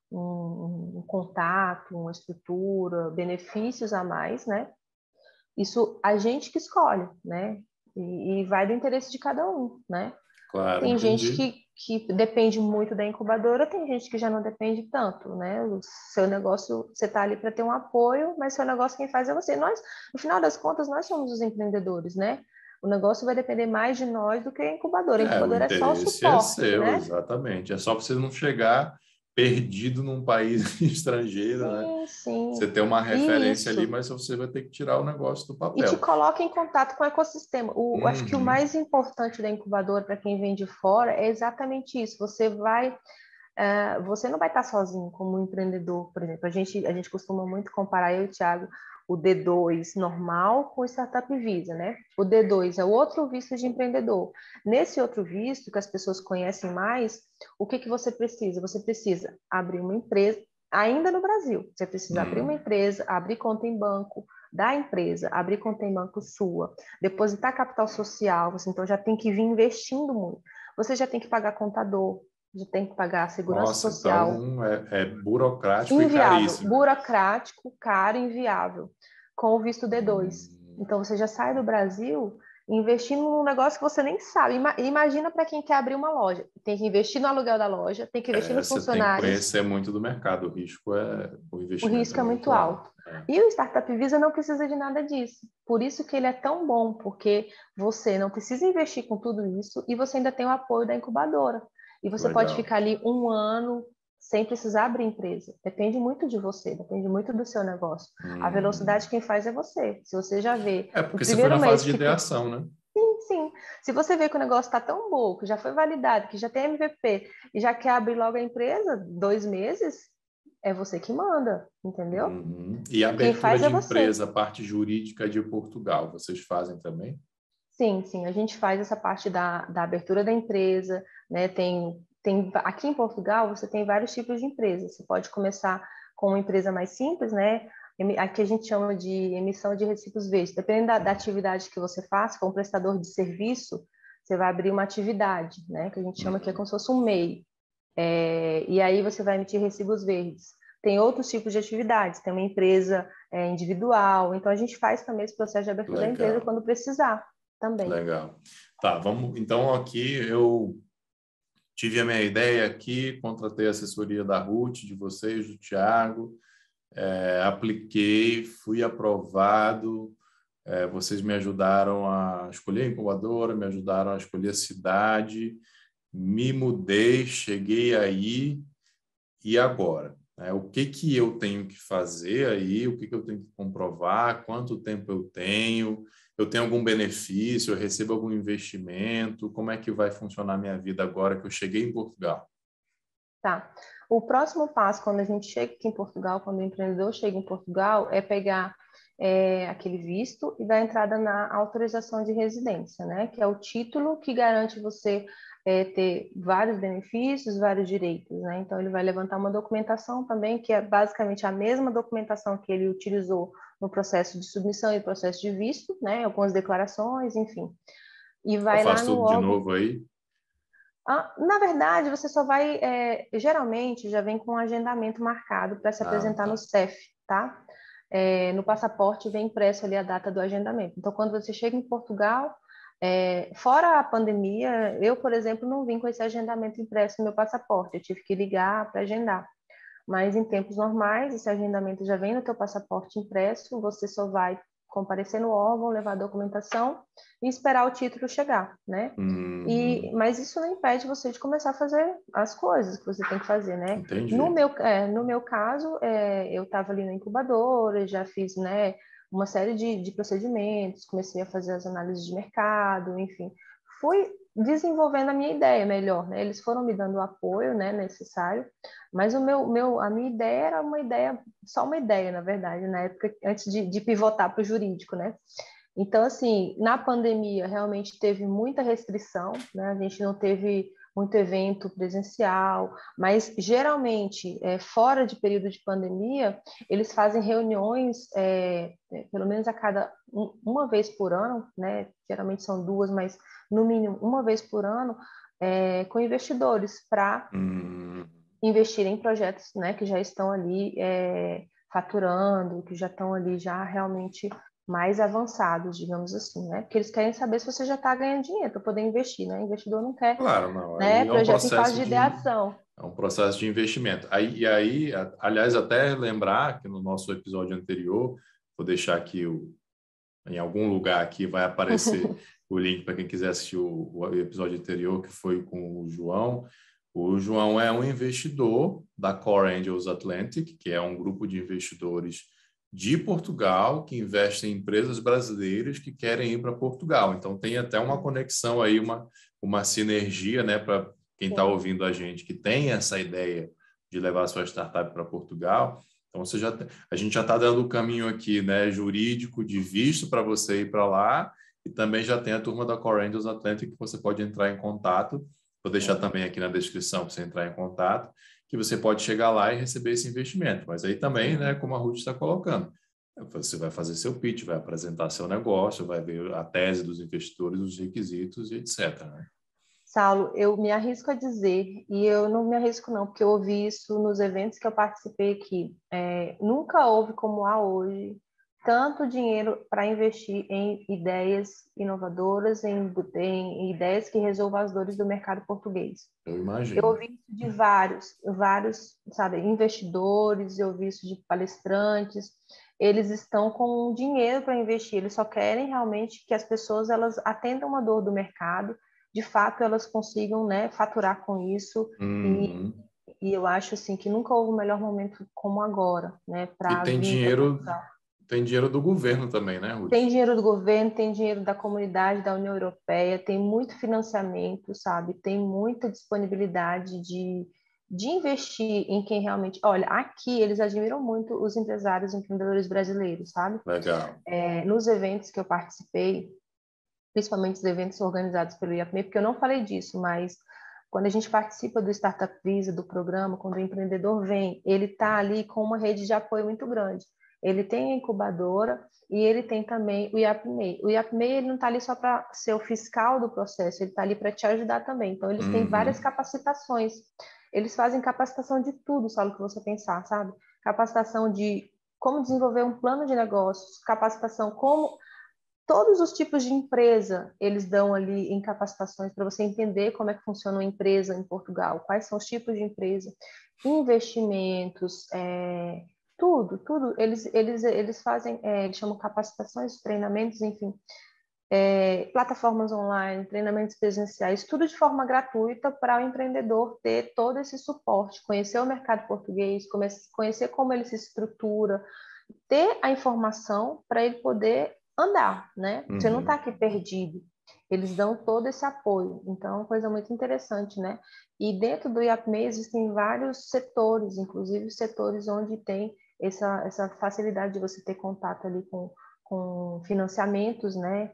um, um contato, uma estrutura, benefícios a mais, né? Isso a gente que escolhe, né? E, e vai do interesse de cada um, né? Claro, Tem gente entendi. que, que depende muito da incubadora, tem gente que já não depende tanto, né? O seu negócio, você está ali para ter um apoio, mas seu negócio quem faz é você. Nós, no final das contas, nós somos os empreendedores, né? O negócio vai depender mais de nós do que a incubadora. A É, o incubadora é só o interesse é suporte, seu, né? exatamente. É só você não chegar perdido num país estrangeiro, né? Sim, Você sim. tem uma E referência ali, isso. mas você vai ter que tirar o negócio do E te papel. coloca em contato com o ecossistema. O, acho que o Uhum. mais importante da incubadora para quem vem de fora é exatamente isso. Você vai Uh, você não vai estar sozinho como empreendedor, por exemplo. A gente, a gente costuma muito comparar, eu e o Thiago, o D dois normal com o Startup Visa, né? O D dois é o outro visto de empreendedor. Nesse outro visto, que as pessoas conhecem mais, o que, que você precisa? Você precisa abrir uma empresa. ainda no Brasil. Você precisa Hum. abrir uma empresa, abrir conta em banco da empresa, abrir conta em banco sua, depositar capital social, você então já tem que vir investindo muito. Você já tem que pagar contador, já tem que pagar a segurança Nossa, social. então é, é burocrático e Inviável, caríssimo. burocrático, caro, inviável, com o visto D dois. Hum. Então você já sai do Brasil investindo num negócio que você nem sabe. Ima- Imagina para quem quer abrir uma loja. Tem que investir no aluguel da loja, tem que investir É, nos você tem que funcionários. conhecer muito do mercado, o risco é, o O investimento é risco é muito muito alto. alto. É. E o Startup Visa não precisa de nada disso. Por isso que ele é tão bom, porque você não precisa investir com tudo isso e você ainda tem o apoio da incubadora. E você pode Legal. ficar ali um ano sem precisar abrir empresa. Depende muito de você, depende muito do seu negócio. A Hum. velocidade quem faz é você. Se você já vê É, no porque você foi primeiro na fase mês de que ideação, né? sim, sim. Se você vê que o negócio está tão bom, que já foi validado, que já tem M V P e já quer abrir logo a empresa, dois meses, é você que manda, entendeu? Uhum. E a Quem abertura faz é de você. empresa, a parte jurídica de Portugal, vocês fazem também? Sim, sim, a gente faz essa parte da, da abertura da empresa, né? Tem, tem, aqui em Portugal você tem vários tipos de empresas. Você pode começar com uma empresa mais simples, né? Emi- Aqui a gente chama de emissão de recibos verdes. Dependendo da, da atividade que você faz, como prestador de serviço, você vai abrir uma atividade, né? Que a gente chama que é como Uhum. se fosse um MEI. É, e aí você vai emitir recibos verdes. Tem outros tipos de atividades, tem uma empresa é, individual, então a gente faz também esse processo de abertura da empresa Legal, quando precisar também. legal. Tá, vamos. Então, aqui eu tive a minha ideia aqui, contratei a assessoria da Ruth, de vocês, do Thiago, é, apliquei, fui aprovado. É, vocês me ajudaram a escolher a incubadora, me ajudaram a escolher a cidade, me mudei, cheguei aí, e agora? É, o que que eu tenho que fazer aí? O que que eu tenho que comprovar? Quanto tempo eu tenho? Eu tenho algum benefício? Eu recebo algum investimento? Como é que vai funcionar a minha vida agora que eu cheguei em Portugal? Tá. O próximo passo, quando a gente chega aqui em Portugal, quando o empreendedor chega em Portugal, é pegar é, aquele visto e dar entrada na autorização de residência, né? Que é o título que garante você é, ter vários benefícios, vários direitos, né? Então, ele vai levantar uma documentação também, que é basicamente a mesma documentação que ele utilizou no processo de submissão e processo de visto, né? Algumas declarações, enfim. E Eu vai lá faço no tudo de órgão. novo aí? Ah, na verdade, você só vai, é, geralmente, já vem com um agendamento marcado para se Ah, apresentar no tá. C E F, tá? É, no passaporte vem impresso ali a data do agendamento. Então, quando você chega em Portugal, é, fora a pandemia, eu, por exemplo, não vim com esse agendamento impresso no meu passaporte, eu tive que ligar para agendar. Mas em tempos normais, esse agendamento já vem no teu passaporte impresso, você só vai comparecer no órgão, levar a documentação e esperar o título chegar, né? E, Uhum. mas isso não impede você de começar a fazer as coisas que você tem que fazer, né? No Entendi. meu, é, no meu caso, é, eu estava ali na incubadora, já fiz, né, uma série de, de procedimentos, comecei a fazer as análises de mercado, enfim, fui desenvolvendo a minha ideia melhor, né? Eles foram me dando o apoio, né, necessário, mas o meu, meu, a minha ideia era uma ideia, só uma ideia, na verdade, na época, antes de, de pivotar para o jurídico, né? Então, assim, na pandemia realmente teve muita restrição, né? A gente não teve muito evento presencial, mas geralmente, é, fora de período de pandemia, eles fazem reuniões, é, é, pelo menos a cada um, uma vez por ano, né? Geralmente são duas, mas no mínimo uma vez por ano, é, com investidores para Uhum. investir em projetos, né, que já estão ali é, faturando, que já estão ali já realmente mais avançados, digamos assim, né? Porque eles querem saber se você já está ganhando dinheiro para poder investir, né? O investidor não quer, Claro, não. né, Aí é um projeto em fase processo de de ideação. é um processo de investimento. Aí, e aí, a- aliás, até lembrar que no nosso episódio anterior, vou deixar aqui o, em algum lugar aqui vai aparecer o link para quem quiser assistir o, o episódio anterior, que foi com o João. O João é um investidor da Core Angels Atlantic, que é um grupo de investidores de Portugal que investem em empresas brasileiras que querem ir para Portugal. Então tem até uma conexão aí, uma, uma sinergia, né, para quem está Sim. ouvindo a gente que tem essa ideia de levar a sua startup para Portugal. Então você já, a gente já está dando o caminho aqui, né, jurídico de visto para você ir para lá, e também já tem a turma da Core Angels Atlantic que você pode entrar em contato. Vou deixar Sim. também aqui na descrição para você entrar em contato. que você pode chegar lá e receber esse investimento. Mas aí também, né, como a Ruth está colocando, você vai fazer seu pitch, vai apresentar seu negócio, vai ver a tese dos investidores, os requisitos e etcétera, né? Saulo, eu me arrisco a dizer, e eu não me arrisco não, porque eu ouvi isso nos eventos que eu participei aqui, é, nunca houve como há hoje tanto dinheiro para investir em ideias inovadoras, em, em ideias que resolvam as dores do mercado português. Eu Eu imagino. ouvi isso de vários, vários, sabe, investidores, eu ouvi isso de palestrantes. Eles estão com dinheiro para investir, eles só querem realmente que as pessoas elas atendam uma dor do mercado, de fato elas consigam, né, faturar com isso. Uhum. E, e eu acho assim que nunca houve um melhor momento como agora, né, E para tem vir para dinheiro, Portugal. tem dinheiro do governo também, né, Ruth? Tem dinheiro do governo, tem dinheiro da comunidade, da União Europeia, tem muito financiamento, sabe? Tem muita disponibilidade de, de investir em quem realmente. Olha, aqui eles admiram muito os empresários, empreendedores brasileiros, sabe? Legal. É, nos eventos que eu participei, principalmente os eventos organizados pelo I A P M E, porque eu não falei disso, mas quando a gente participa do Startup Visa, do programa, quando o empreendedor vem, ele está ali com uma rede de apoio muito grande. Ele tem a incubadora e ele tem também o I A P M E. O I A P M E ele não está ali só para ser o fiscal do processo, ele está ali para te ajudar também. Então, eles têm várias Uhum. capacitações. Eles fazem capacitação de tudo, sabe o que você pensar, sabe? Capacitação de como desenvolver um plano de negócios, capacitação como todos os tipos de empresa eles dão ali em capacitações para você entender como é que funciona uma empresa em Portugal, quais são os tipos de empresa, investimentos, é, tudo, tudo. Eles, eles, eles fazem, é, eles chamam capacitações, treinamentos, enfim, é, plataformas online, treinamentos presenciais, tudo de forma gratuita para o empreendedor ter todo esse suporte, conhecer o mercado português, conhecer como ele se estrutura, ter a informação para ele poder andar, né? Você não está Uhum. aqui perdido. Eles dão todo esse apoio. Então, é uma coisa muito interessante, né? E dentro do I A P M E existem vários setores, inclusive setores onde tem essa, essa facilidade de você ter contato ali com, com financiamentos, né?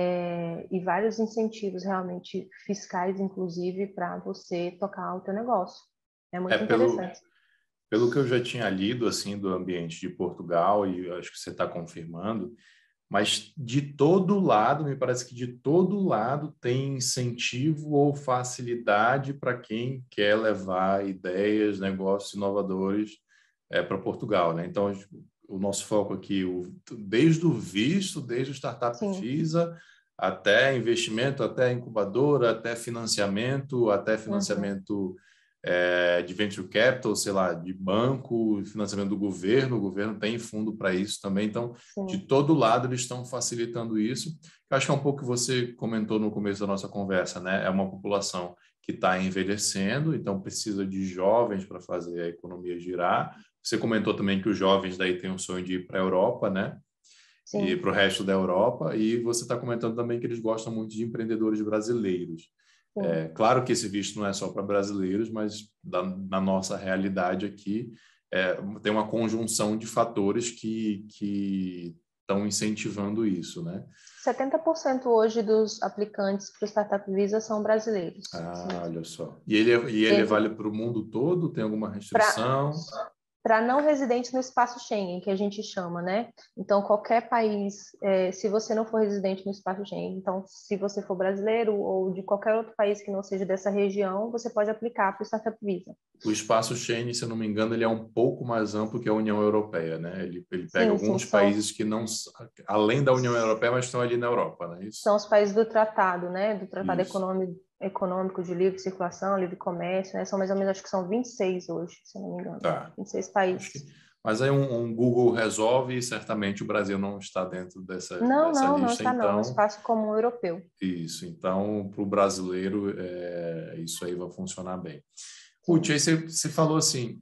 É, e vários incentivos realmente fiscais, inclusive, para você tocar o teu negócio. É É muito pelo, interessante. pelo que eu já tinha lido assim do ambiente de Portugal, e eu acho que você está confirmando, mas de todo lado, me parece que de todo lado tem incentivo ou facilidade para quem quer levar ideias, negócios inovadores é, para Portugal, né? Então, o nosso foco aqui, o, desde o visto, desde o Startup Sim. Visa, até investimento, até incubadora, até financiamento, até Uhum. financiamento é, de venture capital, sei lá, de banco, financiamento do governo, o governo tem fundo para isso também, então de Sim. todo lado eles estão facilitando isso. Eu acho que é um pouco que você comentou no começo da nossa conversa, né? É uma população que está envelhecendo, então precisa de jovens para fazer a economia girar. Você comentou também que os jovens daí têm um sonho de ir para a Europa, né? E Sim. para o resto da Europa. E você está comentando também que eles gostam muito de empreendedores brasileiros. Sim. É, claro que esse visto não é só para brasileiros, mas da, na nossa realidade aqui é, tem uma conjunção de fatores que, que estão incentivando isso, né? setenta por cento hoje dos aplicantes para o Startup Visa são brasileiros. Isso Ah, mesmo. olha só. E ele, é, e ele Dentro, vale para o mundo todo? Tem alguma para restrição? para não residentes no espaço Schengen, que a gente chama, né? Então, qualquer país, é, se você não for residente no espaço Schengen, então, se você for brasileiro ou de qualquer outro país que não seja dessa região, você pode aplicar para o Startup Visa. O espaço Schengen, se eu não me engano, ele é um pouco mais amplo que a União Europeia, né? Ele, ele pega Sim, sim, alguns são, países que não, além da União Europeia, mas estão ali na Europa, não é isso? são os países do tratado, né? Do Tratado Isso. Econômico, Econômico de Livre Circulação, Livre Comércio, né? São mais ou menos, acho que são vinte e seis hoje, se eu não me engano. Tá. vinte e seis Acho que... países. Mas aí um, um Google resolve e certamente o Brasil não está dentro dessa, Não, dessa não, não lista, está não. É um então espaço comum europeu. isso. Então, para o brasileiro, é, isso aí vai funcionar bem. Ruth, Sim. aí você, você falou assim,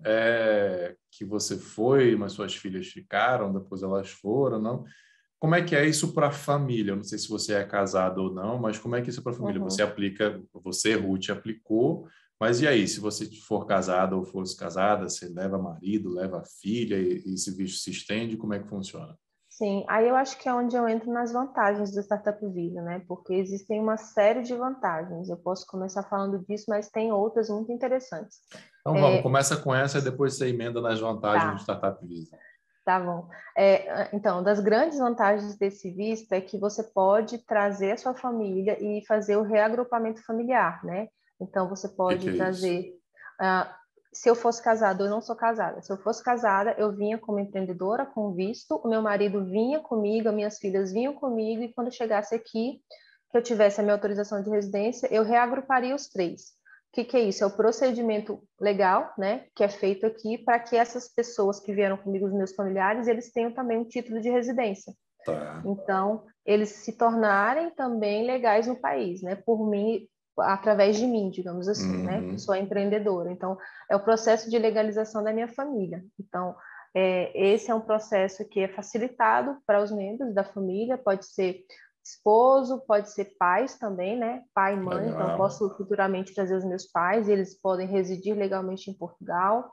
é, que você foi, mas suas filhas ficaram, depois elas foram, não? Como é que é isso para a família? Eu não sei se você é casado ou não, mas como é que é isso para a família? Você Uhum. aplica, você, Ruth, aplicou, mas e aí, se você for casada ou fosse casada, você leva marido, leva filha e, e esse visto se estende, como é que funciona? Sim, aí eu acho que é onde eu entro nas vantagens do Startup Visa, né? Porque existem uma série de vantagens. Eu posso começar falando disso, mas tem outras muito interessantes. Então vamos, É, começa com essa e depois você emenda nas vantagens do tá, Startup Visa. tá bom. É, então, das grandes vantagens desse visto é que você pode trazer a sua família e fazer o reagrupamento familiar, né? Então, você O que que pode é isso? trazer... ah, se eu fosse casada, eu não sou casada. Se eu fosse casada, eu vinha como empreendedora com visto, o meu marido vinha comigo, as minhas filhas vinham comigo, e quando eu chegasse aqui, que eu tivesse a minha autorização de residência, eu reagruparia os três. O que que é isso? É o procedimento legal, né, que é feito aqui para que essas pessoas que vieram comigo, os meus familiares, eles tenham também um título de residência. Tá. Então, eles se tornarem também legais no país, né, por mim, através de mim, digamos assim, né, que Uhum. sou a empreendedora. Então, é o processo de legalização da minha família. Então, é, esse é um processo que é facilitado para os membros da família, pode ser esposo, pode ser pais também, né? Pai e mãe, então Legal. posso futuramente trazer os meus pais, e eles podem residir legalmente em Portugal.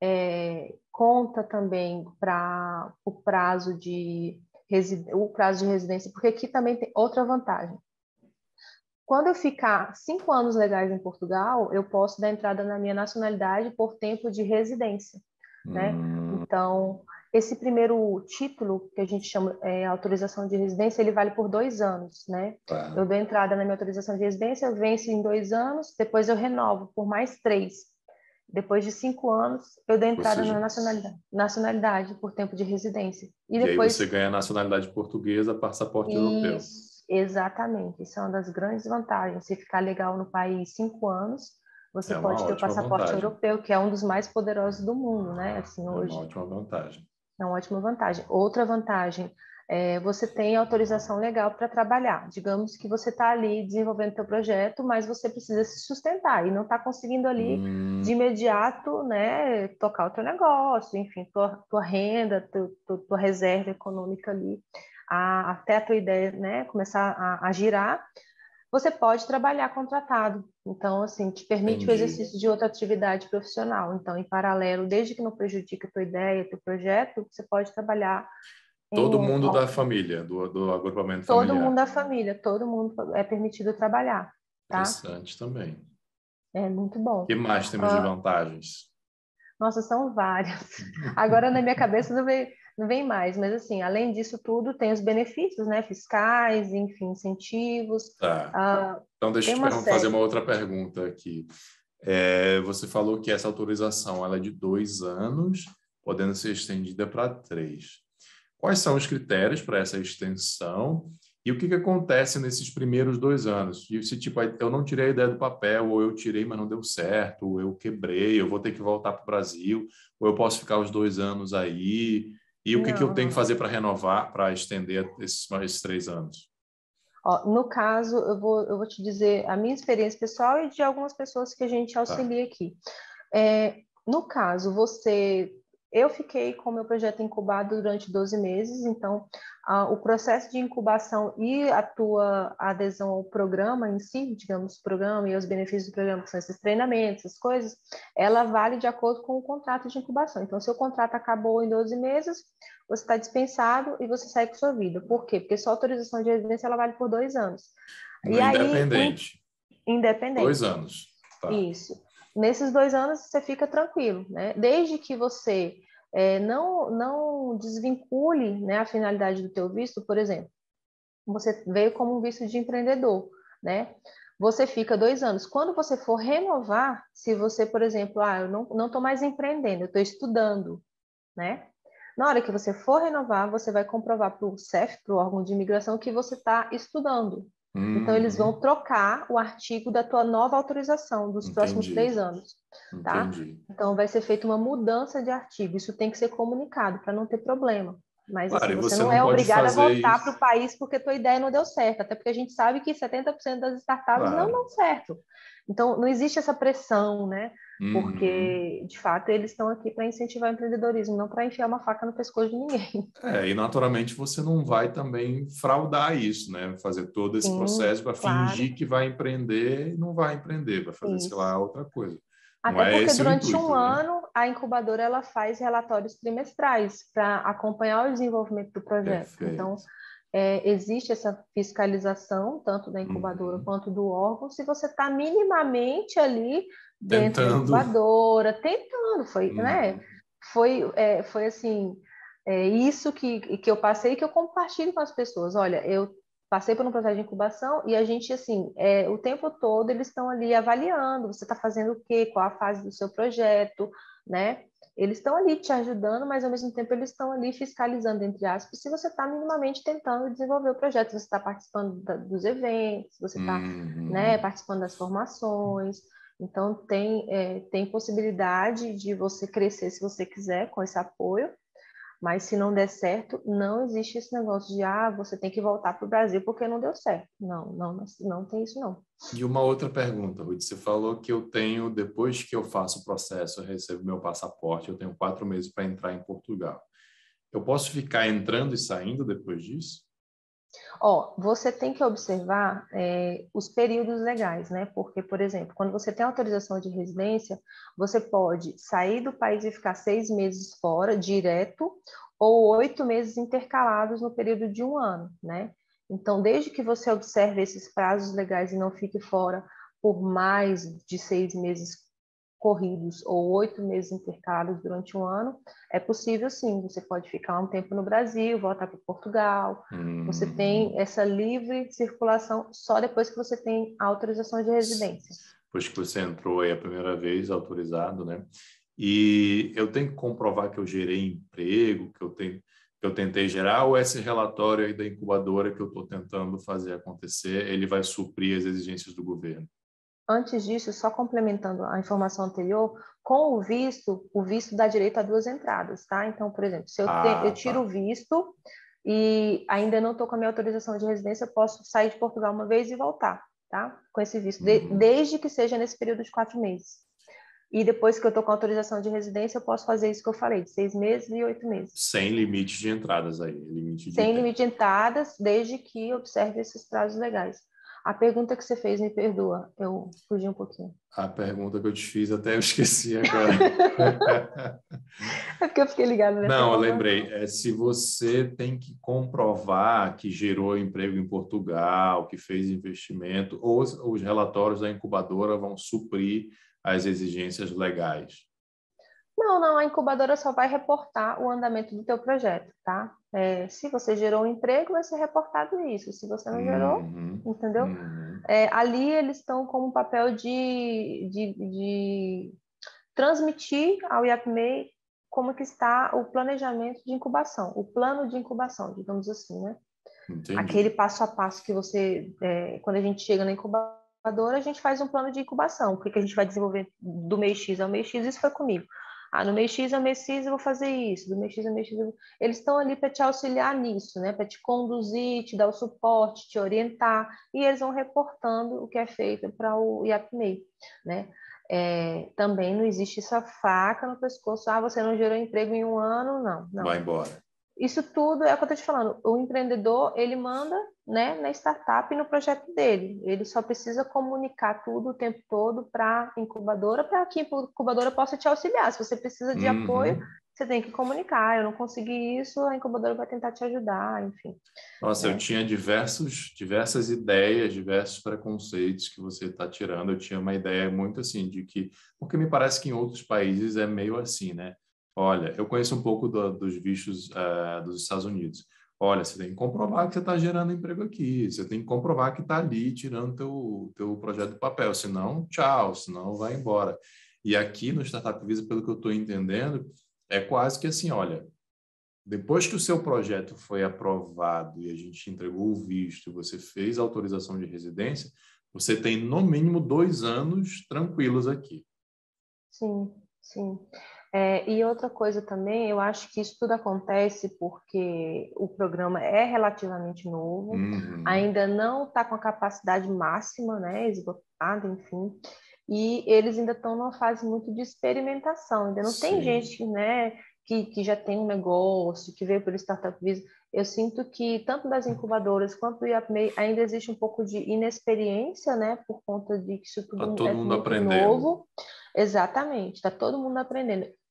É, conta também para o prazo de o prazo de residência, porque aqui também tem outra vantagem. Quando eu ficar cinco anos legais em Portugal, eu posso dar entrada na minha nacionalidade por tempo de residência, né? Hum, Então, esse primeiro título, que a gente chama é, autorização de residência, ele vale por dois anos, né? tá. Eu dou entrada na minha autorização de residência, vence em dois anos, depois eu renovo por mais três. Depois de cinco anos, eu dou Ou entrada na seja, nacionalidade, nacionalidade por tempo de residência. E e aí você depois, ganha a nacionalidade portuguesa, passaporte europeu. isso, exatamente, isso é uma das grandes vantagens. Se ficar legal no país cinco anos, você É uma pode ter o ótima passaporte vantagem. europeu, que é um dos mais poderosos do mundo, né? Assim, É uma hoje. ótima vantagem. É uma ótima vantagem. Outra vantagem é você tem autorização legal para trabalhar. Digamos que você está ali desenvolvendo seu projeto, mas você precisa se sustentar e não está conseguindo ali Hum, de imediato, né, tocar o teu negócio, enfim, tua, tua renda, tu, tu, tua reserva econômica ali, a, até a tua ideia, né, começar a, a girar. Você pode trabalhar contratado. Então, assim, te permite o entendi. exercício de outra atividade profissional. Então, em paralelo, desde que não prejudique a tua ideia, teu projeto, você pode trabalhar em Todo mundo da um- família, do, do agrupamento todo mundo familiar. da família, todo mundo é permitido trabalhar, tá? Interessante também. É muito O bom. que mais temos de Ah, vantagens? nossa, são várias. Agora na minha cabeça não vem, não vem mais, mas assim, além disso tudo, tem os benefícios, né? Fiscais, enfim, incentivos. Tá. Ah, Então, deixa tem eu te uma pergun- fazer uma série. outra pergunta aqui. É, você falou que essa autorização ela é de dois anos, podendo ser estendida para três. Quais são os critérios para essa extensão e o que, que acontece nesses primeiros dois anos? E se tipo, eu não tirei a ideia do papel, ou eu tirei, mas não deu certo, ou eu quebrei, eu vou ter que voltar para o Brasil, ou eu posso ficar os dois anos aí, e o que, que eu Não, tenho que não. fazer para renovar, para estender esses mais três anos? Ó, no caso, eu vou, eu vou te dizer a minha experiência pessoal e de algumas pessoas que a gente Tá. auxilia aqui. É, no caso, você. Eu fiquei com o meu projeto incubado durante doze meses, então ah, o processo de incubação e a tua adesão ao programa em si, digamos, o programa e os benefícios do programa, que são esses treinamentos, essas coisas, ela vale de acordo com o contrato de incubação. Então, se o contrato acabou em doze meses, você está dispensado e você segue com sua vida. Por quê? Porque sua autorização de residência ela vale por dois anos. E No aí, o independente, dois independente. anos. Tá. Isso. Nesses dois anos você fica tranquilo, né? Desde que você é, não, não desvincule, né, a finalidade do teu visto, por exemplo, você veio como um visto de empreendedor, né? Você fica dois anos. Quando você for renovar, se você, por exemplo, ah, eu não não estou mais empreendendo, eu estou estudando, né? Na hora que você for renovar, você vai comprovar para o C E F, para o órgão de imigração, que você está estudando. Então, eles vão Uhum. trocar o artigo da tua nova autorização dos próximos Entendi. três anos, tá? Entendi. Então, vai ser feita uma mudança de artigo. Isso tem que ser comunicado para não ter problema. Mas, Claro, assim, e você você não não é pode obrigado a fazer voltar para isso. o país porque tua ideia não deu certo. Até porque a gente sabe que setenta por cento das startups não Claro. dão certo. Então, não existe essa pressão, né? Uhum. Porque, de fato, eles estão aqui para incentivar o empreendedorismo, não para enfiar uma faca no pescoço de ninguém. É, e naturalmente você não vai também fraudar isso, né? Fazer todo esse Sim, processo para claro, fingir que vai empreender e não vai empreender, vai fazer, sei isso. lá, outra coisa. Não Até é porque esse o durante um intuito, né? ano a incubadora ela faz relatórios trimestrais para acompanhar o desenvolvimento do projeto. Perfeito. Então, é, existe essa fiscalização, tanto da incubadora Uhum. quanto do órgão, se você está minimamente ali dentro Tentando. da incubadora, tentando, foi, Uhum. né? Foi, é, foi assim, é isso que, que eu passei, que eu compartilho com as pessoas. Olha, eu passei por um processo de incubação e a gente, assim, é, o tempo todo eles estão ali avaliando, você está fazendo o quê, qual a fase do seu projeto, né? Eles estão ali te ajudando, mas ao mesmo tempo eles estão ali fiscalizando, entre aspas, se você está minimamente tentando desenvolver o projeto, se você está participando da, dos eventos, se você está, Uhum. né, participando das formações. Então, tem, é, tem possibilidade de você crescer se você quiser com esse apoio, mas se não der certo, não existe esse negócio de, ah, você tem que voltar para o Brasil porque não deu certo. Não, não, não, não tem isso não. E uma outra pergunta, Ruth, você falou que eu tenho, depois que eu faço o processo, eu recebo meu passaporte, eu tenho quatro meses para entrar em Portugal. Eu posso ficar entrando e saindo depois disso? Ó, você tem que observar é, os períodos legais, né? Porque, por exemplo, quando você tem autorização de residência, você pode sair do país e ficar seis meses fora, direto, ou oito meses intercalados no período de um ano, né? Então, desde que você observe esses prazos legais e não fique fora por mais de seis meses corridos ou oito meses intercalados durante um ano, é possível sim, você pode ficar um tempo no Brasil, voltar para Portugal, você tem Hum. essa livre circulação só depois que você tem a autorização de residência. Depois que você entrou aí a primeira vez, autorizado, né? E eu tenho que comprovar que eu gerei emprego, que eu tenho que eu tentei gerar, ou esse relatório aí da incubadora que eu estou tentando fazer acontecer, ele vai suprir as exigências do governo? Antes disso, só complementando a informação anterior, com o visto, o visto dá direito a duas entradas, tá? Então, por exemplo, se eu, te, eu Ah, tiro o tá. visto e ainda não estou com a minha autorização de residência, eu posso sair de Portugal uma vez e voltar, tá? Com esse visto, de, Uhum. desde que seja nesse período de quatro meses. E depois que eu estou com a autorização de residência, eu posso fazer isso que eu falei, de seis meses e oito meses. Sem limite de entradas aí, limite de Sem tempo. limite de entradas, desde que observe esses prazos legais. A pergunta que você fez, me perdoa, eu fugi um pouquinho. A pergunta que eu te fiz até eu esqueci agora. É porque eu fiquei ligada nessa Não, eu informação. lembrei. É, se você tem que comprovar que gerou emprego em Portugal, que fez investimento, ou os, os relatórios da incubadora vão suprir as exigências legais. Não, não, a incubadora só vai reportar o andamento do teu projeto, tá? É, se você gerou um emprego, vai ser reportado isso. Se você não gerou, Uhum, entendeu? uhum. É, ali eles estão com um papel de, de, de transmitir ao IAPMEI como que está o planejamento de incubação, o plano de incubação, digamos assim, né? Aquele Entendi. passo a passo que você, é, quando a gente chega na incubadora, a gente faz um plano de incubação, o que, que a gente vai desenvolver do mês X ao mês X, isso foi comigo. Ah, no mês X ao mês X eu vou fazer isso, do mês X ao mês X eu vou... Eles estão ali para te auxiliar nisso, né? Para te conduzir, te dar o suporte, te orientar, e eles vão reportando o que é feito para o IAPMEI, né? É, também não existe essa faca no pescoço, ah, você não gerou emprego em um ano, não, Vai não. embora. Isso tudo é o que eu estou te falando. O empreendedor, ele manda, né, na startup e no projeto dele. Ele só precisa comunicar tudo o tempo todo para a incubadora, para que a incubadora possa te auxiliar. Se você precisa de apoio, Uhum. você tem que comunicar. Eu não consegui isso, a incubadora vai tentar te ajudar, enfim. Nossa, eu Né? tinha diversos, diversas ideias, diversos preconceitos que você está tirando. Eu tinha uma ideia muito assim de que, porque me parece que em outros países é meio assim, né? Olha, eu conheço um pouco do, dos vistos uh, dos Estados Unidos. Olha, você tem que comprovar que você está gerando emprego aqui. Você tem que comprovar que está ali tirando teu teu projeto do papel. Senão, tchau. Senão, vai embora. E aqui no Startup Visa, pelo que eu estou entendendo, é quase que assim, olha. Depois que o seu projeto foi aprovado e a gente entregou o visto, você fez a autorização de residência, você tem no mínimo dois anos tranquilos aqui. Sim, sim. É, e outra coisa também, eu acho que isso tudo acontece porque o programa é relativamente novo, Uhum. ainda não está com a capacidade máxima, né, esgotada, enfim, e eles ainda estão numa fase muito de experimentação, ainda não tem Sim. gente, né, que, que já tem um negócio, que veio pelo Startup Visa. Eu sinto que tanto das incubadoras quanto do IAPMEI ainda existe um pouco de inexperiência, né, por conta de que isso Tá tudo todo é mundo muito aprendendo. novo. Exatamente, está todo mundo aprendendo.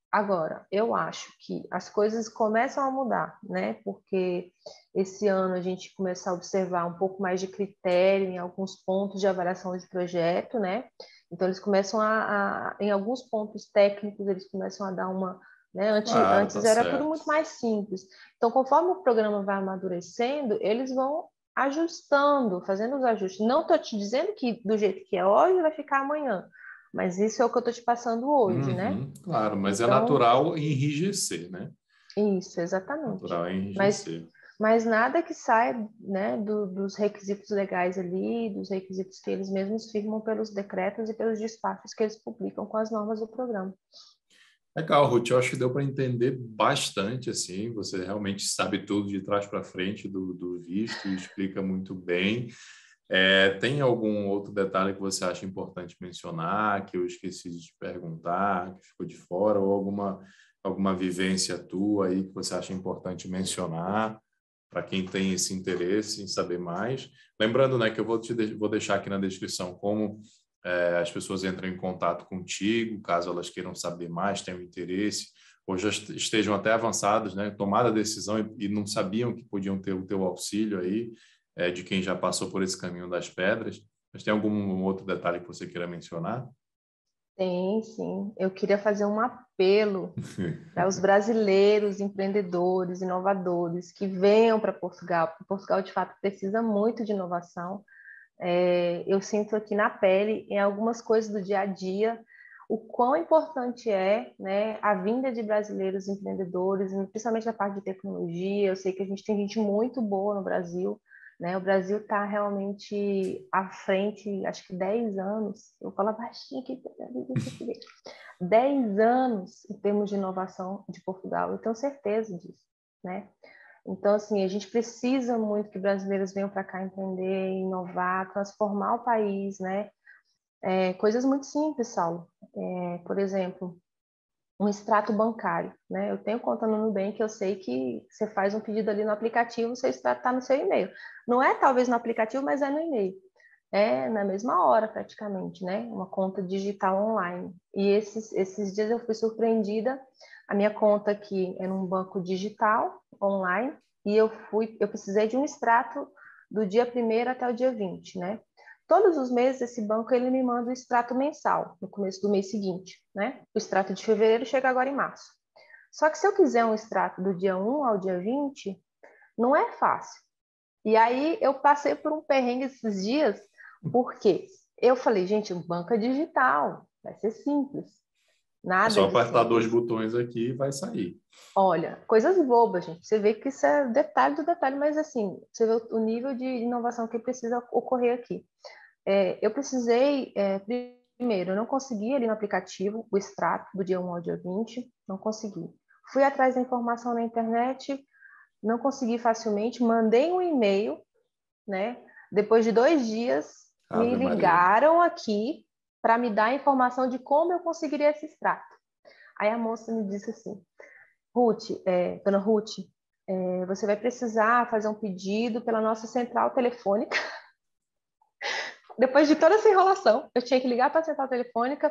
Agora, eu acho que as coisas começam a mudar, né? Porque esse ano a gente começa a observar um pouco mais de critério em alguns pontos de avaliação de projeto, né? Então, eles começam a, a em alguns pontos técnicos, eles começam a dar uma, né? Antes, Claro, tá antes era tudo certo. muito mais simples. Então, conforme o programa vai amadurecendo, eles vão ajustando, fazendo os ajustes. Não estou te dizendo que do jeito que é hoje vai ficar amanhã, mas isso é o que eu estou te passando hoje, né? Uhum, claro, mas é Então, natural enrijecer, né? isso, exatamente. Natural é Mas, enrijecer. mas nada que saia, né, do, dos requisitos legais ali, dos requisitos que eles mesmos firmam pelos decretos e pelos despachos que eles publicam com as normas do programa. Legal, Ruth, eu acho que deu para entender bastante, assim, você realmente sabe tudo de trás para frente do, do visto e explica muito bem. É, tem algum outro detalhe que você acha importante mencionar, que eu esqueci de te perguntar, que ficou de fora, ou alguma, alguma vivência tua aí que você acha importante mencionar para quem tem esse interesse em saber mais? Lembrando, né, que eu vou, te de- vou deixar aqui na descrição como é, as pessoas entram em contato contigo, caso elas queiram saber mais, tenham interesse, ou já est- estejam até avançados, né, tomaram a decisão e, e não sabiam que podiam ter o teu auxílio aí, é, de quem já passou por esse caminho das pedras. Mas tem algum outro detalhe que você queira mencionar? Tem, sim. Eu queria fazer um apelo para os brasileiros, empreendedores, inovadores que venham para Portugal, porque Portugal, de fato, precisa muito de inovação. É, eu sinto aqui na pele, em algumas coisas do dia a dia, o quão importante é, né, a vinda de brasileiros empreendedores, principalmente na parte de tecnologia. Eu sei que a gente tem gente muito boa no Brasil, né? O Brasil está realmente à frente, acho que dez anos, eu falo baixinho aqui, dez anos em termos de inovação de Portugal, eu tenho certeza disso, né? Então, assim, a gente precisa muito que brasileiros venham para cá empreender, inovar, transformar o país, né? É, coisas muito simples, Saulo. É, por exemplo, um extrato bancário, né? Eu tenho conta no Nubank, eu sei que você faz um pedido ali no aplicativo, seu extrato está no seu e-mail. Não é talvez no aplicativo, mas é no e-mail. É na mesma hora, praticamente, né? Uma conta digital online. E esses, esses dias eu fui surpreendida. A minha conta aqui é num banco digital, online, e eu fui, eu precisei de um extrato do dia primeiro até o dia vinte, né? Todos os meses esse banco ele me manda o extrato mensal, no começo do mês seguinte, né? O extrato de fevereiro chega agora em março. Só que se eu quiser um extrato do dia um ao dia vinte, não é fácil. E aí eu passei por um perrengue esses dias, porque eu falei, gente, banca digital, vai ser simples. É só Nada de apertar dois simples. botões aqui e vai sair. Olha, coisas bobas, gente. Você vê que isso é detalhe do detalhe, mas assim, você vê o nível de inovação que precisa ocorrer aqui. É, eu precisei, é, primeiro, eu não consegui ali no aplicativo o extrato do dia um ao dia vinte, não consegui. Fui atrás da informação na internet, não consegui facilmente, mandei um e-mail, né? Depois de dois dias, me Ave Maria. ligaram aqui para me dar a informação de como eu conseguiria esse extrato. Aí a moça me disse assim, Ruth, é, dona Ruth, é, você vai precisar fazer um pedido pela nossa central telefônica. Depois de toda essa enrolação, eu tinha que ligar para a central telefônica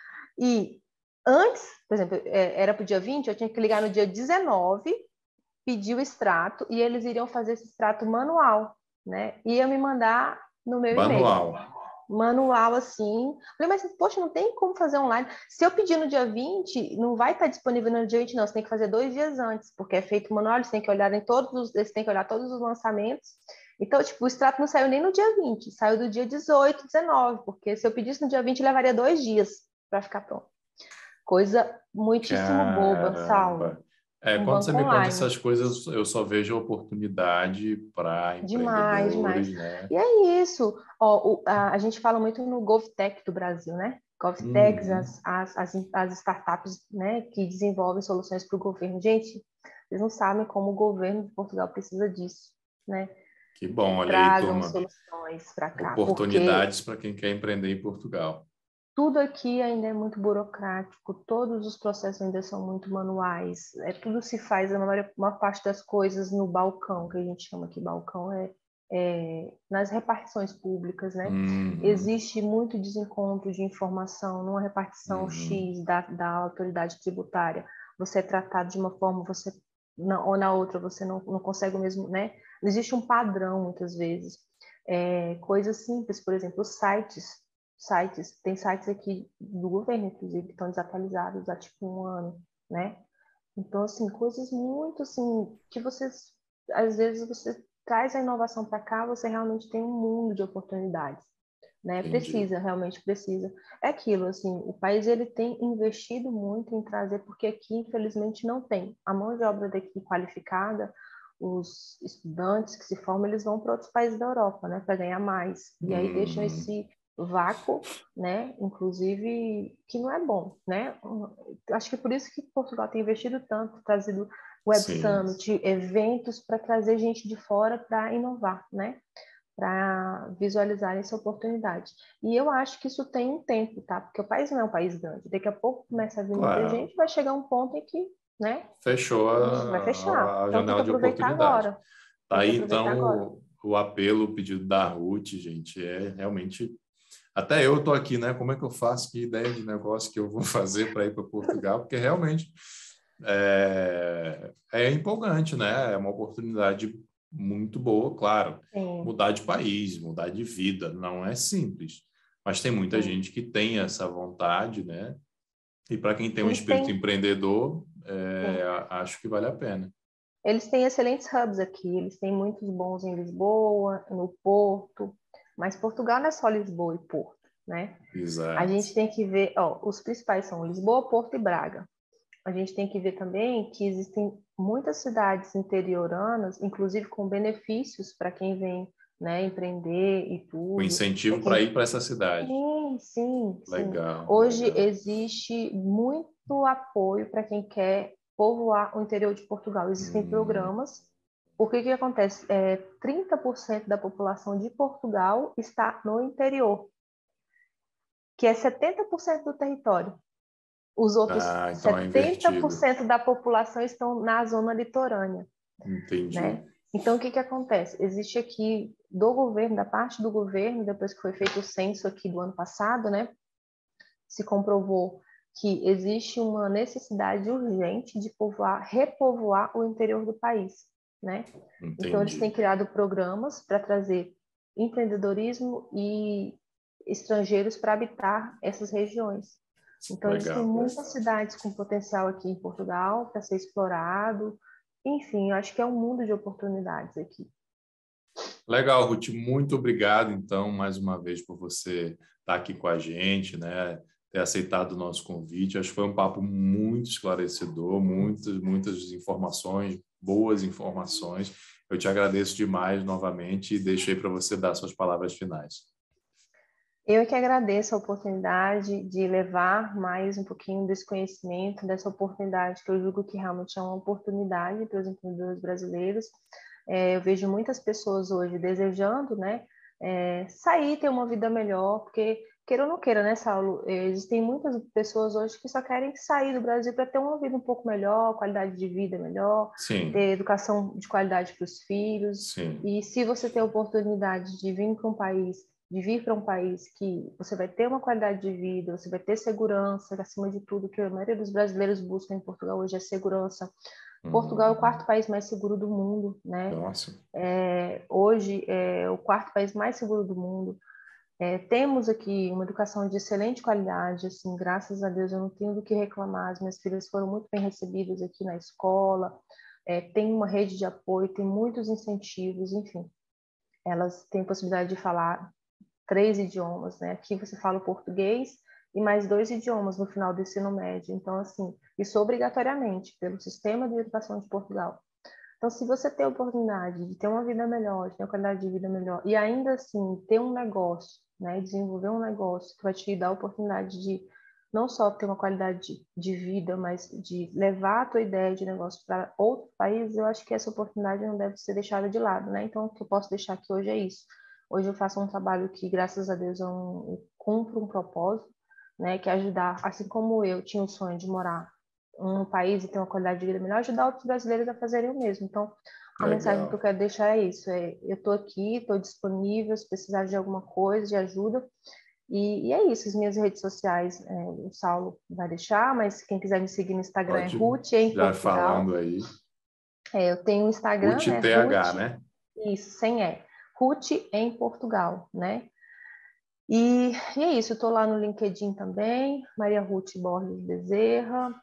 e antes, por exemplo, é, era para o dia vinte, eu tinha que ligar no dia dezenove, pedir o extrato e eles iriam fazer esse extrato manual, né? Ia me mandar no meu e-mail. Manual. Manual assim. Falei, mas poxa, não tem como fazer online. Se eu pedir no dia vinte, não vai estar disponível no dia vinte, não. Você tem que fazer dois dias antes, porque é feito manual, eles têm que olhar em todos os, eles têm que olhar todos os lançamentos. Então, tipo, o extrato não saiu nem no dia vinte, saiu do dia dezoito, dezenove, porque se eu pedisse no dia vinte, levaria dois dias para ficar pronto. Coisa muitíssimo boba, Saulo. Caramba. É, Um quando você banco me conta online. essas coisas, eu só vejo a oportunidade para Demais, demais. empreendedores, né? E é isso. Ó, o- a, a gente fala muito no GovTech do Brasil, né? GovTechs, Uhum. as, as, as, as startups, né, que desenvolvem soluções para o governo. Gente, vocês não sabem como o governo de Portugal precisa disso, né? Que bom, Que olha aí, tragam turma. soluções para cá, porque Oportunidades para quem quer empreender em Portugal. tudo aqui ainda é muito burocrático, todos os processos ainda são muito manuais, é, tudo se faz, a maior, maior parte das coisas no balcão, que a gente chama aqui balcão, é, é, nas repartições públicas, né? Uhum. Existe muito desencontro de informação numa repartição Uhum. X da, da autoridade tributária. Você é tratado de uma forma, você na, ou na outra você não, não consegue o mesmo, né? Não existe um padrão, muitas vezes. É, coisas simples, por exemplo, os sites. Sites, tem sites aqui do governo, inclusive, que estão desatualizados há tipo um ano, né? Então, assim, coisas muito, assim, que vocês, às vezes, você traz a inovação para cá, você realmente tem um mundo de oportunidades, né? Entendi. Precisa, realmente precisa. É aquilo, assim, o país, ele tem investido muito em trazer, porque aqui, infelizmente, não tem. A mão de obra daqui qualificada, os estudantes que se formam, eles vão para outros países da Europa, né? Para ganhar mais. E aí deixam Uhum. esse vácuo, né? Inclusive, que não é bom, né? Acho que por isso que Portugal tem investido tanto, trazido Web Sim. Summit, eventos para trazer gente de fora para inovar, né? Para visualizar essa oportunidade. E eu acho que isso tem um tempo, tá? Porque o país não é um país grande. Daqui a pouco começa a vir muita Claro. gente, vai chegar um ponto em que, né? Fechou Vai fechar. a, a Então tem que janela de aproveitar oportunidade. agora. Tá Tem que aí, aproveitar agora. então, o, o apelo, o pedido da Ruth, gente, é realmente... Até eu estou aqui, né? Como é que eu faço? Que ideia de negócio que eu vou fazer para ir para Portugal? Porque realmente é, é empolgante, né? É uma oportunidade muito boa, claro. Sim, Mudar de país, mudar de vida, não é simples. Mas tem muita sim. gente que tem essa vontade, né? E para quem tem um Eles espírito têm, empreendedor, é, sim. acho que vale a pena. Eles têm excelentes hubs aqui. Eles têm muitos bons em Lisboa, no Porto. Mas Portugal não é só Lisboa e Porto, né? A Exato. gente tem que ver, ó, os principais são Lisboa, Porto e Braga. A gente tem que ver também que existem muitas cidades interioranas, inclusive com benefícios para quem vem, né, empreender e O tudo. Para incentivo para quem... ir para essa cidade. Sim, sim, sim. Legal, Hoje legal. existe muito apoio para quem quer povoar o interior de Portugal. Existem Hum, programas. O que que acontece? É, trinta por cento da população de Portugal está no interior, que é setenta por cento do território. Os outros ah, então é setenta por invertido. cento da população estão na zona litorânea, Entendi. né? Então, o que que acontece? Existe aqui do governo, da parte do governo, depois que foi feito o censo aqui do ano passado, né? Se comprovou que existe uma necessidade urgente de povoar, repovoar o interior do país, né? Então, eles têm Entendi. criado programas para trazer empreendedorismo e estrangeiros para habitar essas regiões. Então, existem Legal. muitas cidades com potencial aqui em Portugal para ser explorado. Enfim, eu acho que é um mundo de oportunidades aqui. Legal, Ruth, muito obrigado, então, mais uma vez, por você estar aqui com a gente, né? Ter aceitado o nosso convite. Acho que foi um papo muito esclarecedor, muitas, muitas informações, boas informações. Eu te agradeço demais novamente e deixo aí para você dar suas palavras finais. Eu é que agradeço a oportunidade de levar mais um pouquinho desse conhecimento, dessa oportunidade que eu julgo que realmente é uma oportunidade para os empreendedores brasileiros. É, eu vejo muitas pessoas hoje desejando, né, é, sair, ter uma vida melhor, porque queira ou não queira, né, Saulo? É, existem muitas pessoas hoje que só querem sair do Brasil para ter uma vida um pouco melhor, qualidade de vida melhor, Sim, ter educação de qualidade para os filhos. sim. E se você tem a oportunidade de vir para um país de vir para um país que você vai ter uma qualidade de vida, você vai ter segurança, acima de tudo, que a maioria dos brasileiros buscam em Portugal hoje é segurança. Portugal é o Hum, quarto país mais seguro do mundo, né? nossa, É, hoje é o quarto país mais seguro do mundo. É, temos aqui uma educação de excelente qualidade, assim, graças a Deus eu não tenho do que reclamar. As minhas filhas foram muito bem recebidas aqui na escola. É, tem uma rede de apoio, tem muitos incentivos, enfim. Elas têm possibilidade de falar três idiomas, né? Aqui você fala o português e mais dois idiomas no final do ensino médio. Então, assim, isso obrigatoriamente pelo sistema de educação de Portugal. Então, se você tem a oportunidade de ter uma vida melhor, de ter uma qualidade de vida melhor e ainda assim ter um negócio, né, desenvolver um negócio que vai te dar a oportunidade de não só ter uma qualidade de, de vida, mas de levar a tua ideia de negócio para outros países, eu acho que essa oportunidade não deve ser deixada de lado, né? Então, o que eu posso deixar aqui hoje é isso. Hoje eu faço um trabalho que, graças a Deus, eu, eu cumpro um propósito, né, que é ajudar, assim como eu tinha o sonho de morar um país e ter uma qualidade de vida melhor, ajudar outros brasileiros a fazerem o mesmo. Então, A mensagem que eu Legal. quero deixar é isso, é, eu estou aqui, estou disponível, se precisar de alguma coisa, de ajuda, e, e é isso, as minhas redes sociais, é, o Saulo vai deixar, mas quem quiser me seguir no Instagram é Pode Ruth, em já Portugal. falando aí. É, eu tenho o Instagram, Ruth né, T H, Ruth, né? isso, sem E, Ruth em Portugal, né? E, e é isso, estou lá no LinkedIn também, Maria Ruth Borges Bezerra,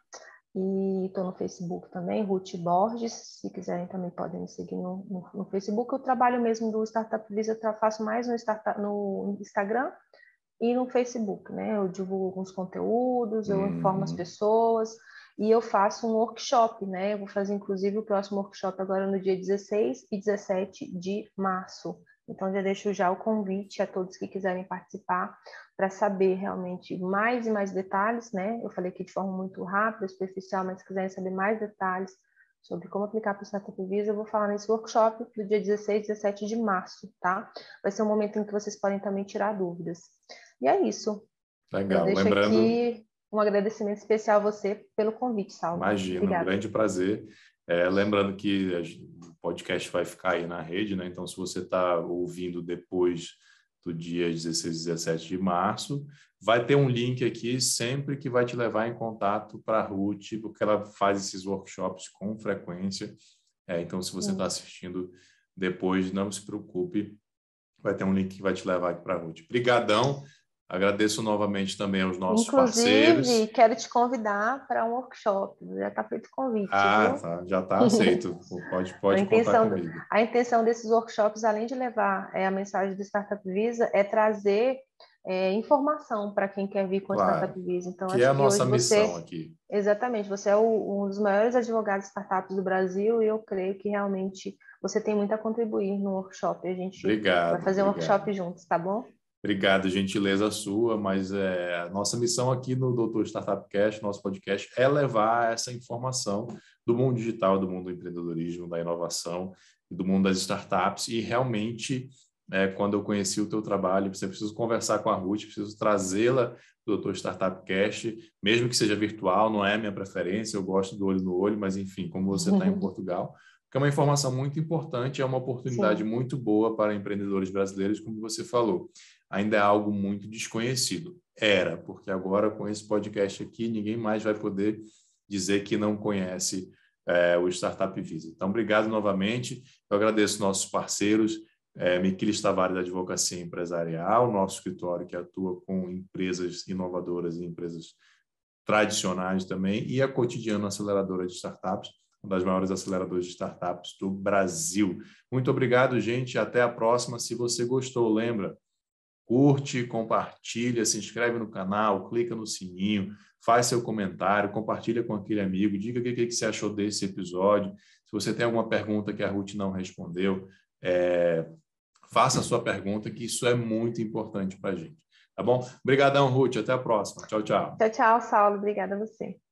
e estou no Facebook também, Ruth Borges. Se quiserem também podem me seguir no, no, no Facebook. Eu trabalho mesmo do Startup Visa, eu faço mais no, startup, no Instagram e no Facebook, né? Eu divulgo alguns conteúdos, eu informo as Uhum. pessoas e eu faço um workshop, né? Eu vou fazer inclusive o próximo workshop agora no dia dezesseis e dezessete de março. Então já deixo já o convite a todos que quiserem participar para saber realmente mais e mais detalhes, né? Eu falei aqui de forma muito rápida, superficial, mas se quiserem saber mais detalhes sobre como aplicar para o Startup Visa, eu vou falar nesse workshop do dia dezesseis e dezessete de março, tá? Vai ser um momento em que vocês podem também tirar dúvidas. E é isso. Eu Legal. deixo Lembrando, aqui um agradecimento especial a você pelo convite, Saulo. imagina, um Obrigada. grande prazer. É, lembrando que a gen- o podcast vai ficar aí na rede, né? Então, se você está ouvindo depois do dia dezesseis e dezessete de março, vai ter um link aqui sempre que vai te levar em contato para a Ruth, porque ela faz esses workshops com frequência. É, então, se você está Isso. assistindo depois, não se preocupe, vai ter um link que vai te levar aqui para a Ruth. Obrigadão. Agradeço novamente também aos nossos Inclusive, parceiros. quero te convidar para um workshop. Já está feito o convite, Ah, viu? tá, já está aceito. Pode, A pode contar intenção, do- comigo. a intenção desses workshops, além de levar é, a mensagem do Startup Visa, é trazer é, informação para quem quer vir com o Startup Claro, Visa. Então, que é acho a que nossa hoje missão você, aqui. exatamente, você é o, um dos maiores advogados de startups do Brasil e eu creio que realmente você tem muito a contribuir no workshop. A gente vai Obrigado, fazer um obrigado. workshop juntos, tá bom? Obrigado, gentileza sua, mas é, a nossa missão aqui no doutor Startup Cast, nosso podcast, é levar essa informação do mundo digital, do mundo do empreendedorismo, da inovação e do mundo das startups. E realmente, é, quando eu conheci o teu trabalho, você precisa conversar com a Ruth, preciso trazê-la do doutor Startup Cast, mesmo que seja virtual, não é a minha preferência, eu gosto do olho no olho, mas enfim, como você está em Portugal, que é uma informação muito importante, é uma oportunidade Sim, muito boa para empreendedores brasileiros, como você falou. Ainda é algo muito desconhecido. Era, porque agora com esse podcast aqui, ninguém mais vai poder dizer que não conhece é, o Startup Visa. Então, obrigado novamente. Eu agradeço nossos parceiros, é, Miquiles Tavares da Advocacia Empresarial, nosso escritório que atua com empresas inovadoras e empresas tradicionais também, e a Cotidiano Aceleradora de Startups, uma das maiores aceleradoras de startups do Brasil. Muito obrigado, gente. Até a próxima. Se você gostou, lembra, curte, compartilha, se inscreve no canal, clica no sininho, faz seu comentário, compartilha com aquele amigo, diga o que, que você achou desse episódio. Se você tem alguma pergunta que a Ruth não respondeu, é, faça a sua pergunta, que isso é muito importante para a gente. Tá bom? Obrigadão, Ruth. Até a próxima. Tchau, tchau. tchau, tchau, Saulo. Obrigada a você.